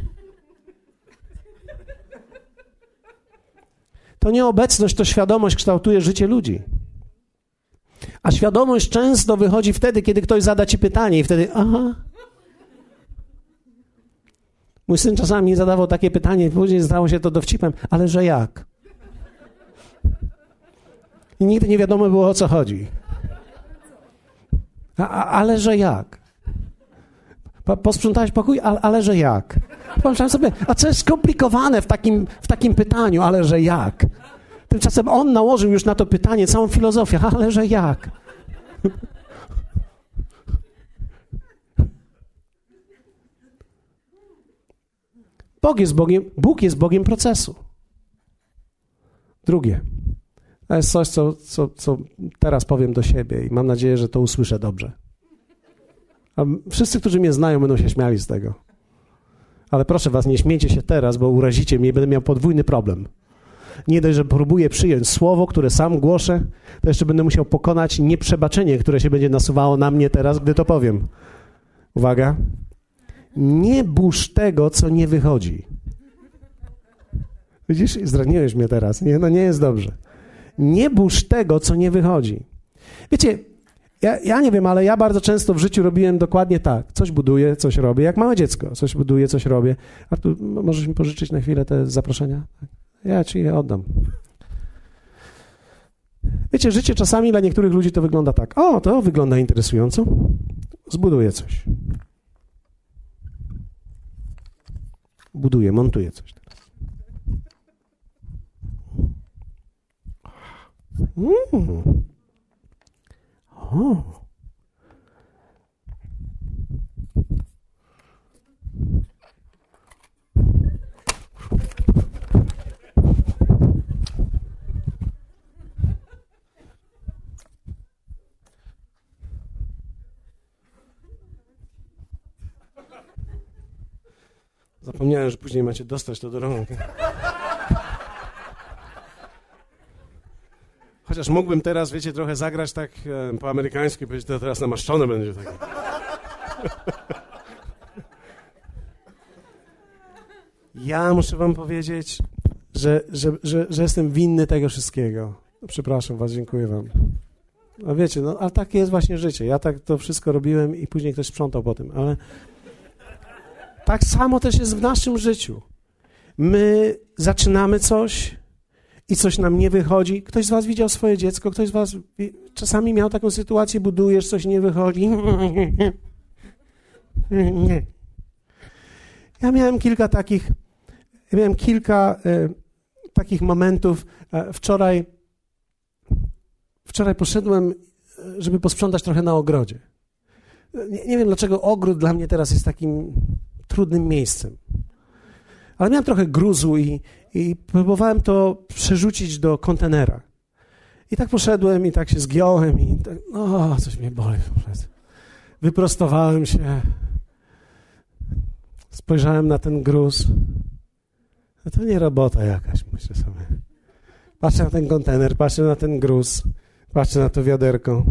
To nie obecność, to świadomość kształtuje życie ludzi. A świadomość często wychodzi wtedy, kiedy ktoś zada ci pytanie i wtedy, aha. Mój syn czasami zadawał takie pytanie i później zdało się to dowcipem, ale że jak? I nigdy nie wiadomo było, o co chodzi. Ale że jak? Posprzątałeś pokój, ale że jak? Pomyślałem sobie, a co jest skomplikowane w takim pytaniu, ale że jak? Tymczasem on nałożył już na to pytanie całą filozofię, ale że jak? Bóg jest Bogiem procesu. Drugie. To jest coś, co teraz powiem do siebie i mam nadzieję, że to usłyszę dobrze. A wszyscy, którzy mnie znają, będą się śmiali z tego. Ale proszę was, nie śmiejcie się teraz, bo urazicie mnie i będę miał podwójny problem. Nie dość, że próbuję przyjąć słowo, które sam głoszę, to jeszcze będę musiał pokonać nieprzebaczenie, które się będzie nasuwało na mnie teraz, gdy to powiem. Uwaga. Nie burz tego, co nie wychodzi. Widzisz? Zraniłeś mnie teraz. Nie, no nie jest dobrze. Nie burz tego, co nie wychodzi. Wiecie, ja nie wiem, ale ja bardzo często w życiu robiłem dokładnie tak. Coś buduję, coś robię, jak małe dziecko. Coś buduję, coś robię. Artur, możesz mi pożyczyć na chwilę te zaproszenia? Ja ci je oddam. Wiecie, życie czasami dla niektórych ludzi to wygląda tak. O, to wygląda interesująco. Zbuduję coś. Buduję, montuję coś teraz. O. Zapomniałem, że później macie dostać to do rąk. Chociaż mógłbym teraz, wiecie, trochę zagrać tak po amerykańsku i powiedzieć, to teraz namaszczone będzie takie. Ja muszę wam powiedzieć, że jestem winny tego wszystkiego. No, przepraszam was, dziękuję wam. A wiecie, no, ale takie jest właśnie życie. Ja tak to wszystko robiłem i później ktoś sprzątał po tym, ale tak samo też jest w naszym życiu. My zaczynamy coś i coś nam nie wychodzi. Ktoś z was widział swoje dziecko? Ktoś z was czasami miał taką sytuację, budujesz, coś nie wychodzi? Nie. Ja miałem kilka takich momentów. Wczoraj poszedłem, żeby posprzątać trochę na ogrodzie. Nie wiem, dlaczego ogród dla mnie teraz jest takim trudnym miejscem. Ale miałem trochę gruzu i próbowałem to przerzucić do kontenera. I tak poszedłem i tak się zgiąłem i tak, coś mnie boli. Wyprostowałem się. Spojrzałem na ten gruz. No to nie robota jakaś, myślę sobie. Patrzę na ten kontener, patrzę na ten gruz, patrzę na to wiaderko.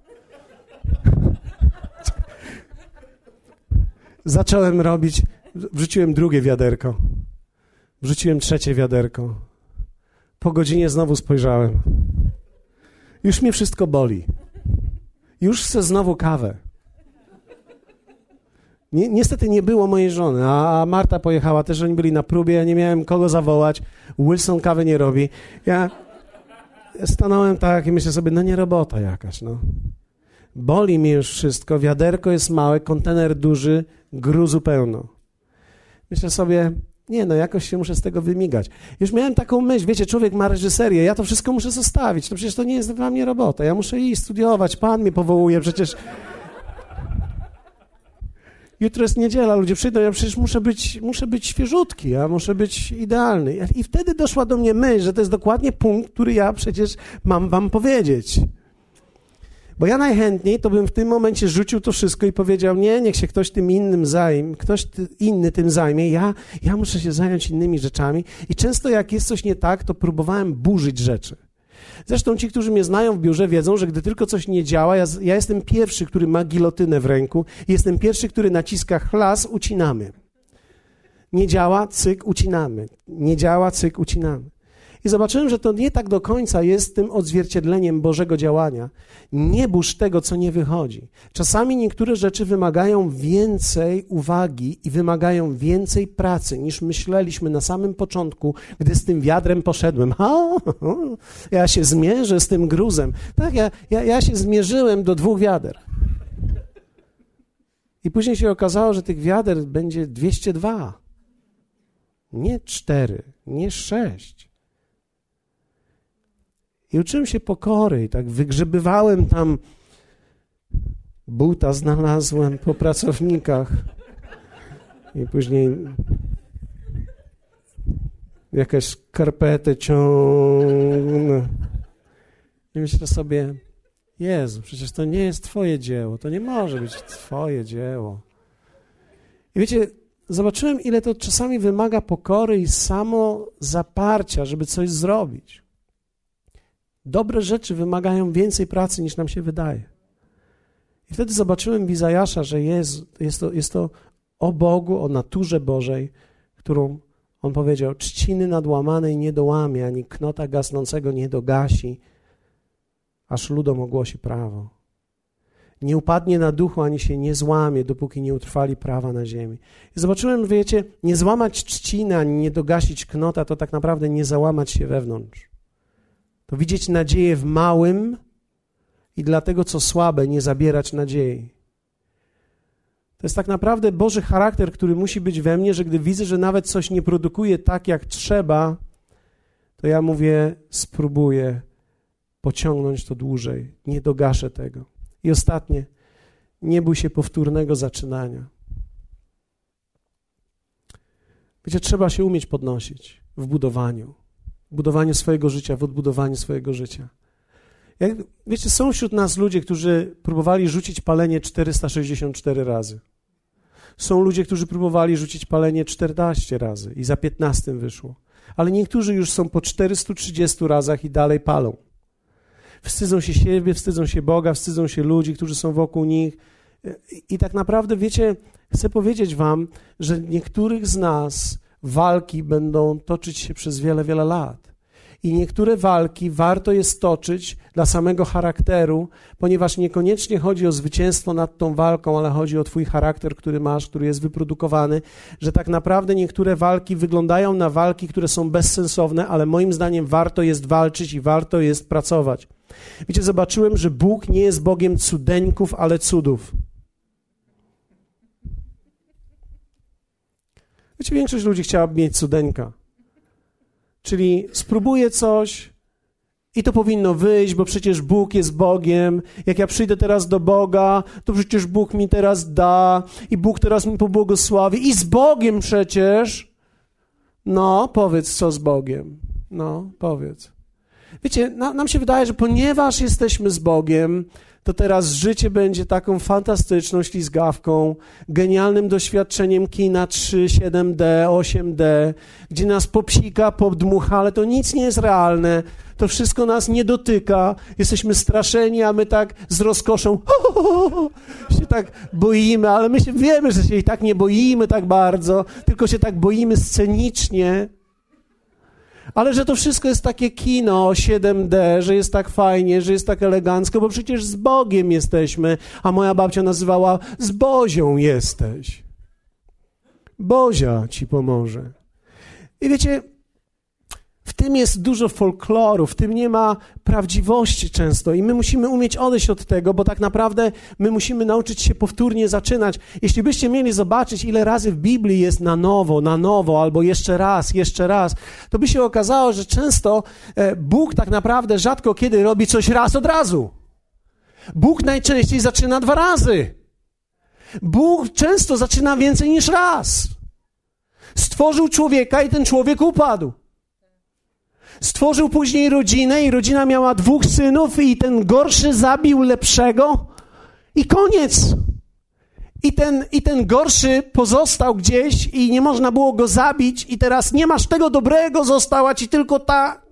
Zacząłem robić, wrzuciłem drugie wiaderko, wrzuciłem trzecie wiaderko. Po godzinie znowu spojrzałem. Już mnie wszystko boli. Już chcę znowu kawę. Niestety nie było mojej żony, a Marta pojechała, też oni byli na próbie, ja nie miałem kogo zawołać, Wilson kawy nie robi. Ja stanąłem tak i myślę sobie, no nie robota jakaś, no. Boli mnie już wszystko, wiaderko jest małe, kontener duży, gruzu pełno. Myślę sobie, nie no, jakoś się muszę z tego wymigać. Już miałem taką myśl, wiecie, człowiek ma reżyserię, ja to wszystko muszę zostawić, no przecież to nie jest dla mnie robota, ja muszę iść studiować, Pan mnie powołuje, przecież... Jutro jest niedziela, ludzie przyjdą, ja przecież muszę być świeżutki, ja muszę być idealny. I wtedy doszła do mnie myśl, że to jest dokładnie punkt, który ja przecież mam wam powiedzieć. Bo ja najchętniej to bym w tym momencie rzucił to wszystko i powiedział, nie, niech się ktoś tym innym zajmie, ktoś inny tym zajmie, ja muszę się zająć innymi rzeczami. I często jak jest coś nie tak, to próbowałem burzyć rzeczy. Zresztą ci, którzy mnie znają w biurze, wiedzą, że gdy tylko coś nie działa, ja jestem pierwszy, który ma gilotynę w ręku, jestem pierwszy, który naciska chlas, ucinamy. Nie działa, cyk, ucinamy. Nie działa, cyk, ucinamy. I zobaczyłem, że to nie tak do końca jest tym odzwierciedleniem Bożego działania. Nie burz tego, co nie wychodzi. Czasami niektóre rzeczy wymagają więcej uwagi i wymagają więcej pracy, niż myśleliśmy na samym początku, gdy z tym wiadrem poszedłem. Ja się zmierzę z tym gruzem. Tak, ja się zmierzyłem do 2 wiader. I później się okazało, że tych wiader będzie 202. Nie 4, nie 6. I uczyłem się pokory i tak wygrzebywałem tam, buta znalazłem po pracownikach i później jakieś skarpety ciągnę. I myślę sobie, Jezu, przecież to nie jest twoje dzieło, to nie może być twoje dzieło. I wiecie, zobaczyłem, ile to czasami wymaga pokory i samo zaparcia, żeby coś zrobić. Dobre rzeczy wymagają więcej pracy, niż nam się wydaje. I wtedy zobaczyłem w Izajasza, że jest to o Bogu, o naturze Bożej, którą on powiedział, trzciny nadłamanej nie dołamie, ani knota gasnącego nie dogasi, aż ludom ogłosi prawo. Nie upadnie na duchu, ani się nie złamie, dopóki nie utrwali prawa na ziemi. I zobaczyłem, wiecie, nie złamać trzciny, ani nie dogasić knota, to tak naprawdę nie załamać się wewnątrz. To widzieć nadzieję w małym i dla tego, co słabe, nie zabierać nadziei. To jest tak naprawdę Boży charakter, który musi być we mnie, że gdy widzę, że nawet coś nie produkuje tak, jak trzeba, to ja mówię, spróbuję pociągnąć to dłużej, nie dogaszę tego. I ostatnie, nie bój się powtórnego zaczynania. Wiecie, trzeba się umieć podnosić w budowaniu swojego życia, w odbudowaniu swojego życia. Wiecie, są wśród nas ludzie, którzy próbowali rzucić palenie 464 razy. Są ludzie, którzy próbowali rzucić palenie 14 razy i za 15 wyszło. Ale niektórzy już są po 430 razach i dalej palą. Wstydzą się siebie, wstydzą się Boga, wstydzą się ludzi, którzy są wokół nich. I tak naprawdę, wiecie, chcę powiedzieć wam, że niektórych z nas walki będą toczyć się przez wiele, wiele lat. I niektóre walki warto jest toczyć dla samego charakteru, ponieważ niekoniecznie chodzi o zwycięstwo nad tą walką, ale chodzi o twój charakter, który masz, który jest wyprodukowany, że tak naprawdę niektóre walki wyglądają na walki, które są bezsensowne, ale moim zdaniem warto jest walczyć i warto jest pracować. Wiecie, zobaczyłem, że Bóg nie jest Bogiem cudeńków, ale cudów. Wiecie, większość ludzi chciałaby mieć cudeńka. Czyli spróbuję coś i to powinno wyjść, bo przecież Bóg jest Bogiem. Jak ja przyjdę teraz do Boga, to przecież Bóg mi teraz da i Bóg teraz mi pobłogosławi. I z Bogiem przecież. No, powiedz, co z Bogiem. No, powiedz. Wiecie, nam się wydaje, że ponieważ jesteśmy z Bogiem, to teraz życie będzie taką fantastyczną ślizgawką, genialnym doświadczeniem kina 3, 7D, 8D, gdzie nas popsika, podmucha, ale to nic nie jest realne, to wszystko nas nie dotyka, jesteśmy straszeni, a my tak z rozkoszą się tak boimy, ale my wiemy, że się i tak nie boimy tak bardzo, tylko się tak boimy scenicznie. Ale że to wszystko jest takie kino 7D, że jest tak fajnie, że jest tak elegancko, bo przecież z Bogiem jesteśmy, a moja babcia nazywała z Bozią jesteś. Bozia ci pomoże. I wiecie, w tym jest dużo folkloru, w tym nie ma prawdziwości często i my musimy umieć odejść od tego, bo tak naprawdę my musimy nauczyć się powtórnie zaczynać. Jeśli byście mieli zobaczyć, ile razy w Biblii jest na nowo, albo jeszcze raz, to by się okazało, że często Bóg tak naprawdę rzadko kiedy robi coś raz od razu. Bóg najczęściej zaczyna 2 razy. Bóg często zaczyna więcej niż raz. Stworzył człowieka i ten człowiek upadł. Stworzył później rodzinę i rodzina miała 2 synów i ten gorszy zabił lepszego i koniec. I ten gorszy pozostał gdzieś i nie można było go zabić i teraz nie masz tego dobrego, została ci tylko ta.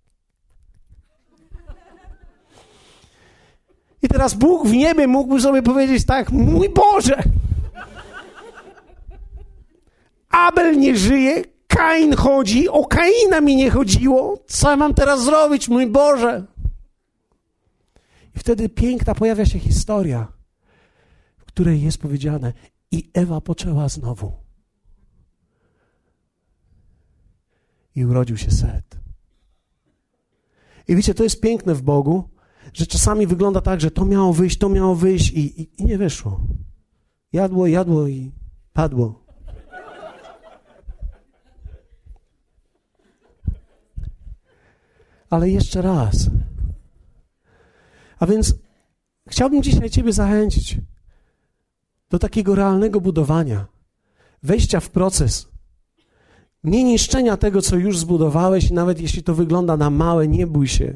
I teraz Bóg w niebie mógłby sobie powiedzieć tak, mój Boże, Abel nie żyje, Kain chodzi, o Kaina mi nie chodziło. Co ja mam teraz zrobić, mój Boże? I wtedy piękna pojawia się historia, w której jest powiedziane i Ewa poczęła znowu. I urodził się Set. I wiecie, to jest piękne w Bogu, że czasami wygląda tak, że to miało wyjść i nie wyszło. Jadło i padło. Ale jeszcze raz. A więc chciałbym dzisiaj Ciebie zachęcić do takiego realnego budowania, wejścia w proces, nie niszczenia tego, co już zbudowałeś, nawet jeśli to wygląda na małe, nie bój się.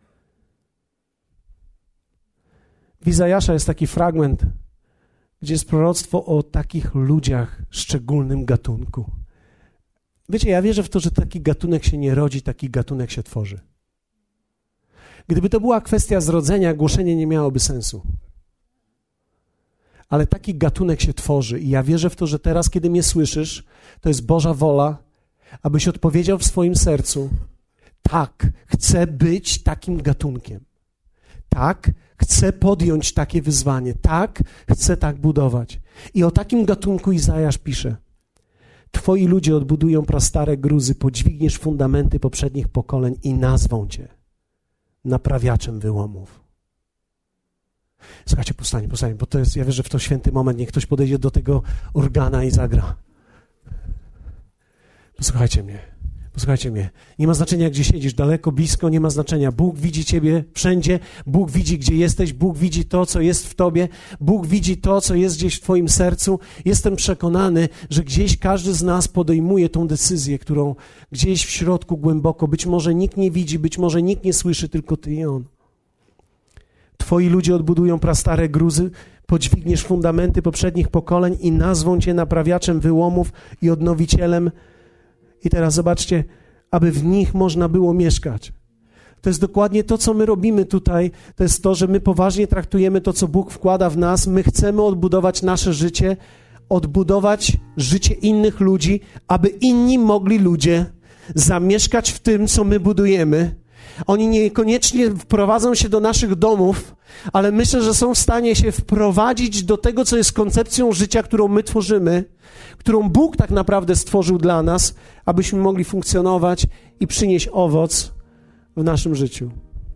W Izajasza jest taki fragment, gdzie jest proroctwo o takich ludziach, szczególnym gatunku. Wiecie, ja wierzę w to, że taki gatunek się nie rodzi, taki gatunek się tworzy. Gdyby to była kwestia zrodzenia, głoszenie nie miałoby sensu. Ale taki gatunek się tworzy i ja wierzę w to, że teraz, kiedy mnie słyszysz, to jest Boża wola, abyś odpowiedział w swoim sercu: tak, chcę być takim gatunkiem. Tak, chcę podjąć takie wyzwanie. Tak, chcę tak budować. I o takim gatunku Izajasz pisze: Twoi ludzie odbudują prastare gruzy, podźwigniesz fundamenty poprzednich pokoleń i nazwą Cię naprawiaczem wyłomów. Słuchajcie, powstań, bo to jest, ja wierzę w to święty moment, niech ktoś podejdzie do tego organa i zagra. Posłuchajcie mnie. Nie ma znaczenia, gdzie siedzisz, daleko, blisko, nie ma znaczenia. Bóg widzi Ciebie wszędzie, Bóg widzi, gdzie jesteś, Bóg widzi to, co jest w Tobie, Bóg widzi to, co jest gdzieś w Twoim sercu. Jestem przekonany, że gdzieś każdy z nas podejmuje tą decyzję, którą gdzieś w środku głęboko, być może nikt nie widzi, być może nikt nie słyszy, tylko Ty i On. Twoi ludzie odbudują prastare gruzy, podźwigniesz fundamenty poprzednich pokoleń i nazwą Cię naprawiaczem wyłomów i odnowicielem. I teraz zobaczcie, aby w nich można było mieszkać. To jest dokładnie to, co my robimy tutaj. To jest to, że my poważnie traktujemy to, co Bóg wkłada w nas. My chcemy odbudować nasze życie, odbudować życie innych ludzi, aby inni mogli ludzie zamieszkać w tym, co my budujemy. Oni niekoniecznie wprowadzą się do naszych domów, ale myślę, że są w stanie się wprowadzić do tego, co jest koncepcją życia, którą my tworzymy, którą Bóg tak naprawdę stworzył dla nas, abyśmy mogli funkcjonować i przynieść owoc w naszym życiu.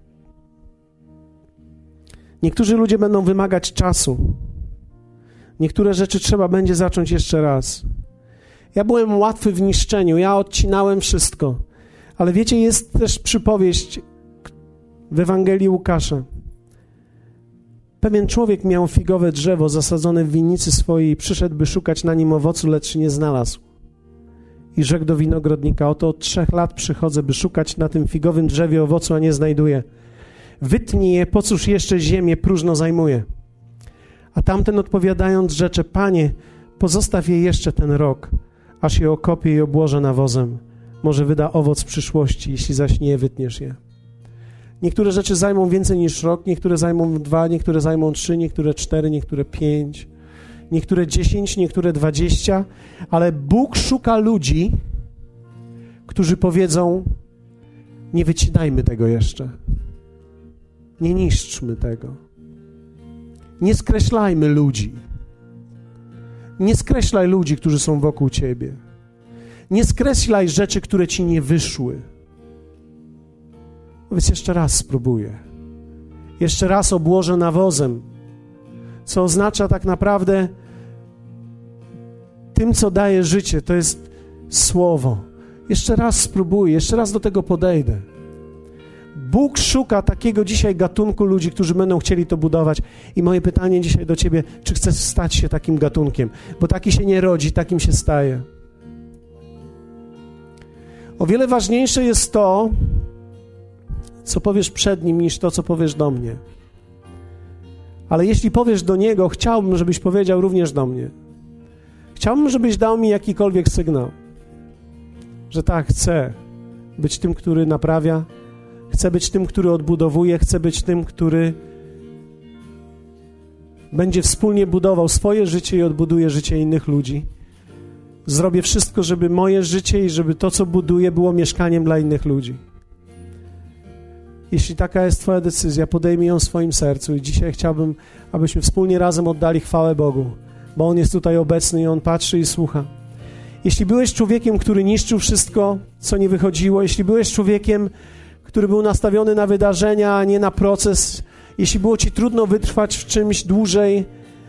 Niektórzy ludzie będą wymagać czasu. Niektóre rzeczy trzeba będzie zacząć jeszcze raz. Ja byłem łatwy w niszczeniu, ja odcinałem wszystko. Ale wiecie, jest też przypowieść w Ewangelii Łukasza. Pewien człowiek miał figowe drzewo zasadzone w winnicy swojej i przyszedł, by szukać na nim owocu, lecz nie znalazł. I rzekł do winogrodnika: oto od 3 lat przychodzę, by szukać na tym figowym drzewie owocu, a nie znajduję. Wytnij je, po cóż jeszcze ziemię próżno zajmuje. A tamten odpowiadając rzecze: Panie, pozostaw je jeszcze ten rok, aż je okopię i obłożę nawozem. Może wyda owoc w przyszłości, jeśli zaś nie wytniesz je. Niektóre rzeczy zajmą więcej niż rok, niektóre zajmą 2, niektóre zajmą 3, niektóre 4, niektóre 5, niektóre 10, niektóre 20, ale Bóg szuka ludzi, którzy powiedzą: Nie wycinajmy tego jeszcze. Nie niszczmy tego. Nie skreślajmy ludzi. Nie skreślaj ludzi, którzy są wokół ciebie. Nie skreślaj rzeczy, które ci nie wyszły. Więc jeszcze raz spróbuję. Jeszcze raz obłożę nawozem, co oznacza tak naprawdę tym, co daje życie, to jest słowo. Jeszcze raz spróbuję, jeszcze raz do tego podejdę. Bóg szuka takiego dzisiaj gatunku ludzi, którzy będą chcieli to budować. I moje pytanie dzisiaj do ciebie, czy chcesz stać się takim gatunkiem? Bo taki się nie rodzi, takim się staje. O wiele ważniejsze jest to, co powiesz przed Nim, niż to, co powiesz do mnie. Ale jeśli powiesz do Niego, chciałbym, żebyś powiedział również do mnie. Chciałbym, żebyś dał mi jakikolwiek sygnał, że tak, chcę być tym, który naprawia, chcę być tym, który odbudowuje, chcę być tym, który będzie wspólnie budował swoje życie i odbuduje życie innych ludzi. Zrobię wszystko, żeby moje życie i żeby to, co buduję, było mieszkaniem dla innych ludzi. Jeśli taka jest Twoja decyzja, podejmij ją w swoim sercu i dzisiaj chciałbym, abyśmy wspólnie razem oddali chwałę Bogu, bo On jest tutaj obecny i On patrzy i słucha. Jeśli byłeś człowiekiem, który niszczył wszystko, co nie wychodziło, jeśli byłeś człowiekiem, który był nastawiony na wydarzenia, a nie na proces, jeśli było ci trudno wytrwać w czymś dłużej,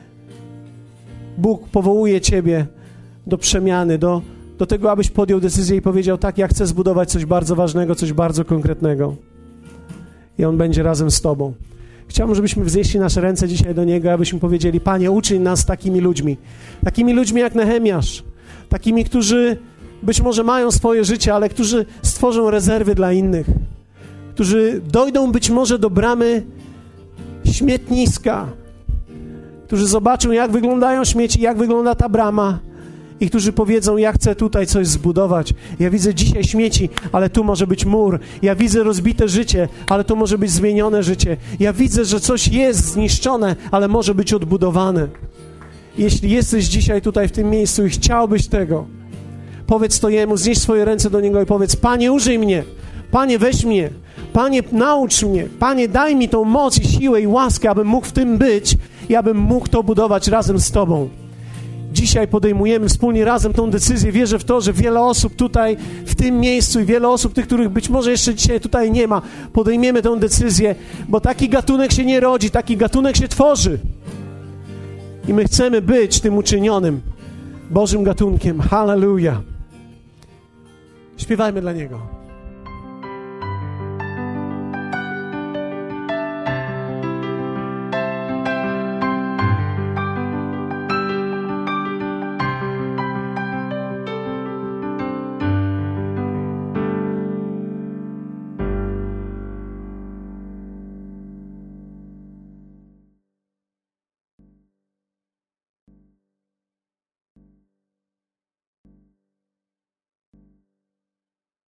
Bóg powołuje ciebie do przemiany, do tego, abyś podjął decyzję i powiedział, tak, ja chcę zbudować coś bardzo ważnego, coś bardzo konkretnego. I On będzie razem z tobą. Chciałbym, żebyśmy wznieśli nasze ręce dzisiaj do Niego, abyśmy powiedzieli, Panie, uczyń nas takimi ludźmi jak Nehemiasz, takimi, którzy być może mają swoje życie, ale którzy stworzą rezerwy dla innych, którzy dojdą być może do bramy śmietniska, którzy zobaczą, jak wyglądają śmieci, jak wygląda ta brama i którzy powiedzą, ja chcę tutaj coś zbudować. Ja widzę dzisiaj śmieci, ale tu może być mur. Ja widzę rozbite życie, ale tu może być zmienione życie. Ja widzę, że coś jest zniszczone, ale może być odbudowane. Jeśli jesteś dzisiaj tutaj w tym miejscu i chciałbyś tego, powiedz to Jemu, znieś swoje ręce do Niego i powiedz, Panie, użyj mnie, Panie, weź mnie, Panie, naucz mnie, Panie, daj mi tą moc i siłę i łaskę, abym mógł w tym być i abym mógł to budować razem z Tobą. Dzisiaj podejmujemy wspólnie razem tą decyzję. Wierzę w to, że wiele osób tutaj w tym miejscu i wiele osób, tych, których być może jeszcze dzisiaj tutaj nie ma, podejmiemy tę decyzję, bo taki gatunek się nie rodzi, taki gatunek się tworzy. I my chcemy być tym uczynionym Bożym gatunkiem. Hallelujah. Śpiewajmy dla Niego.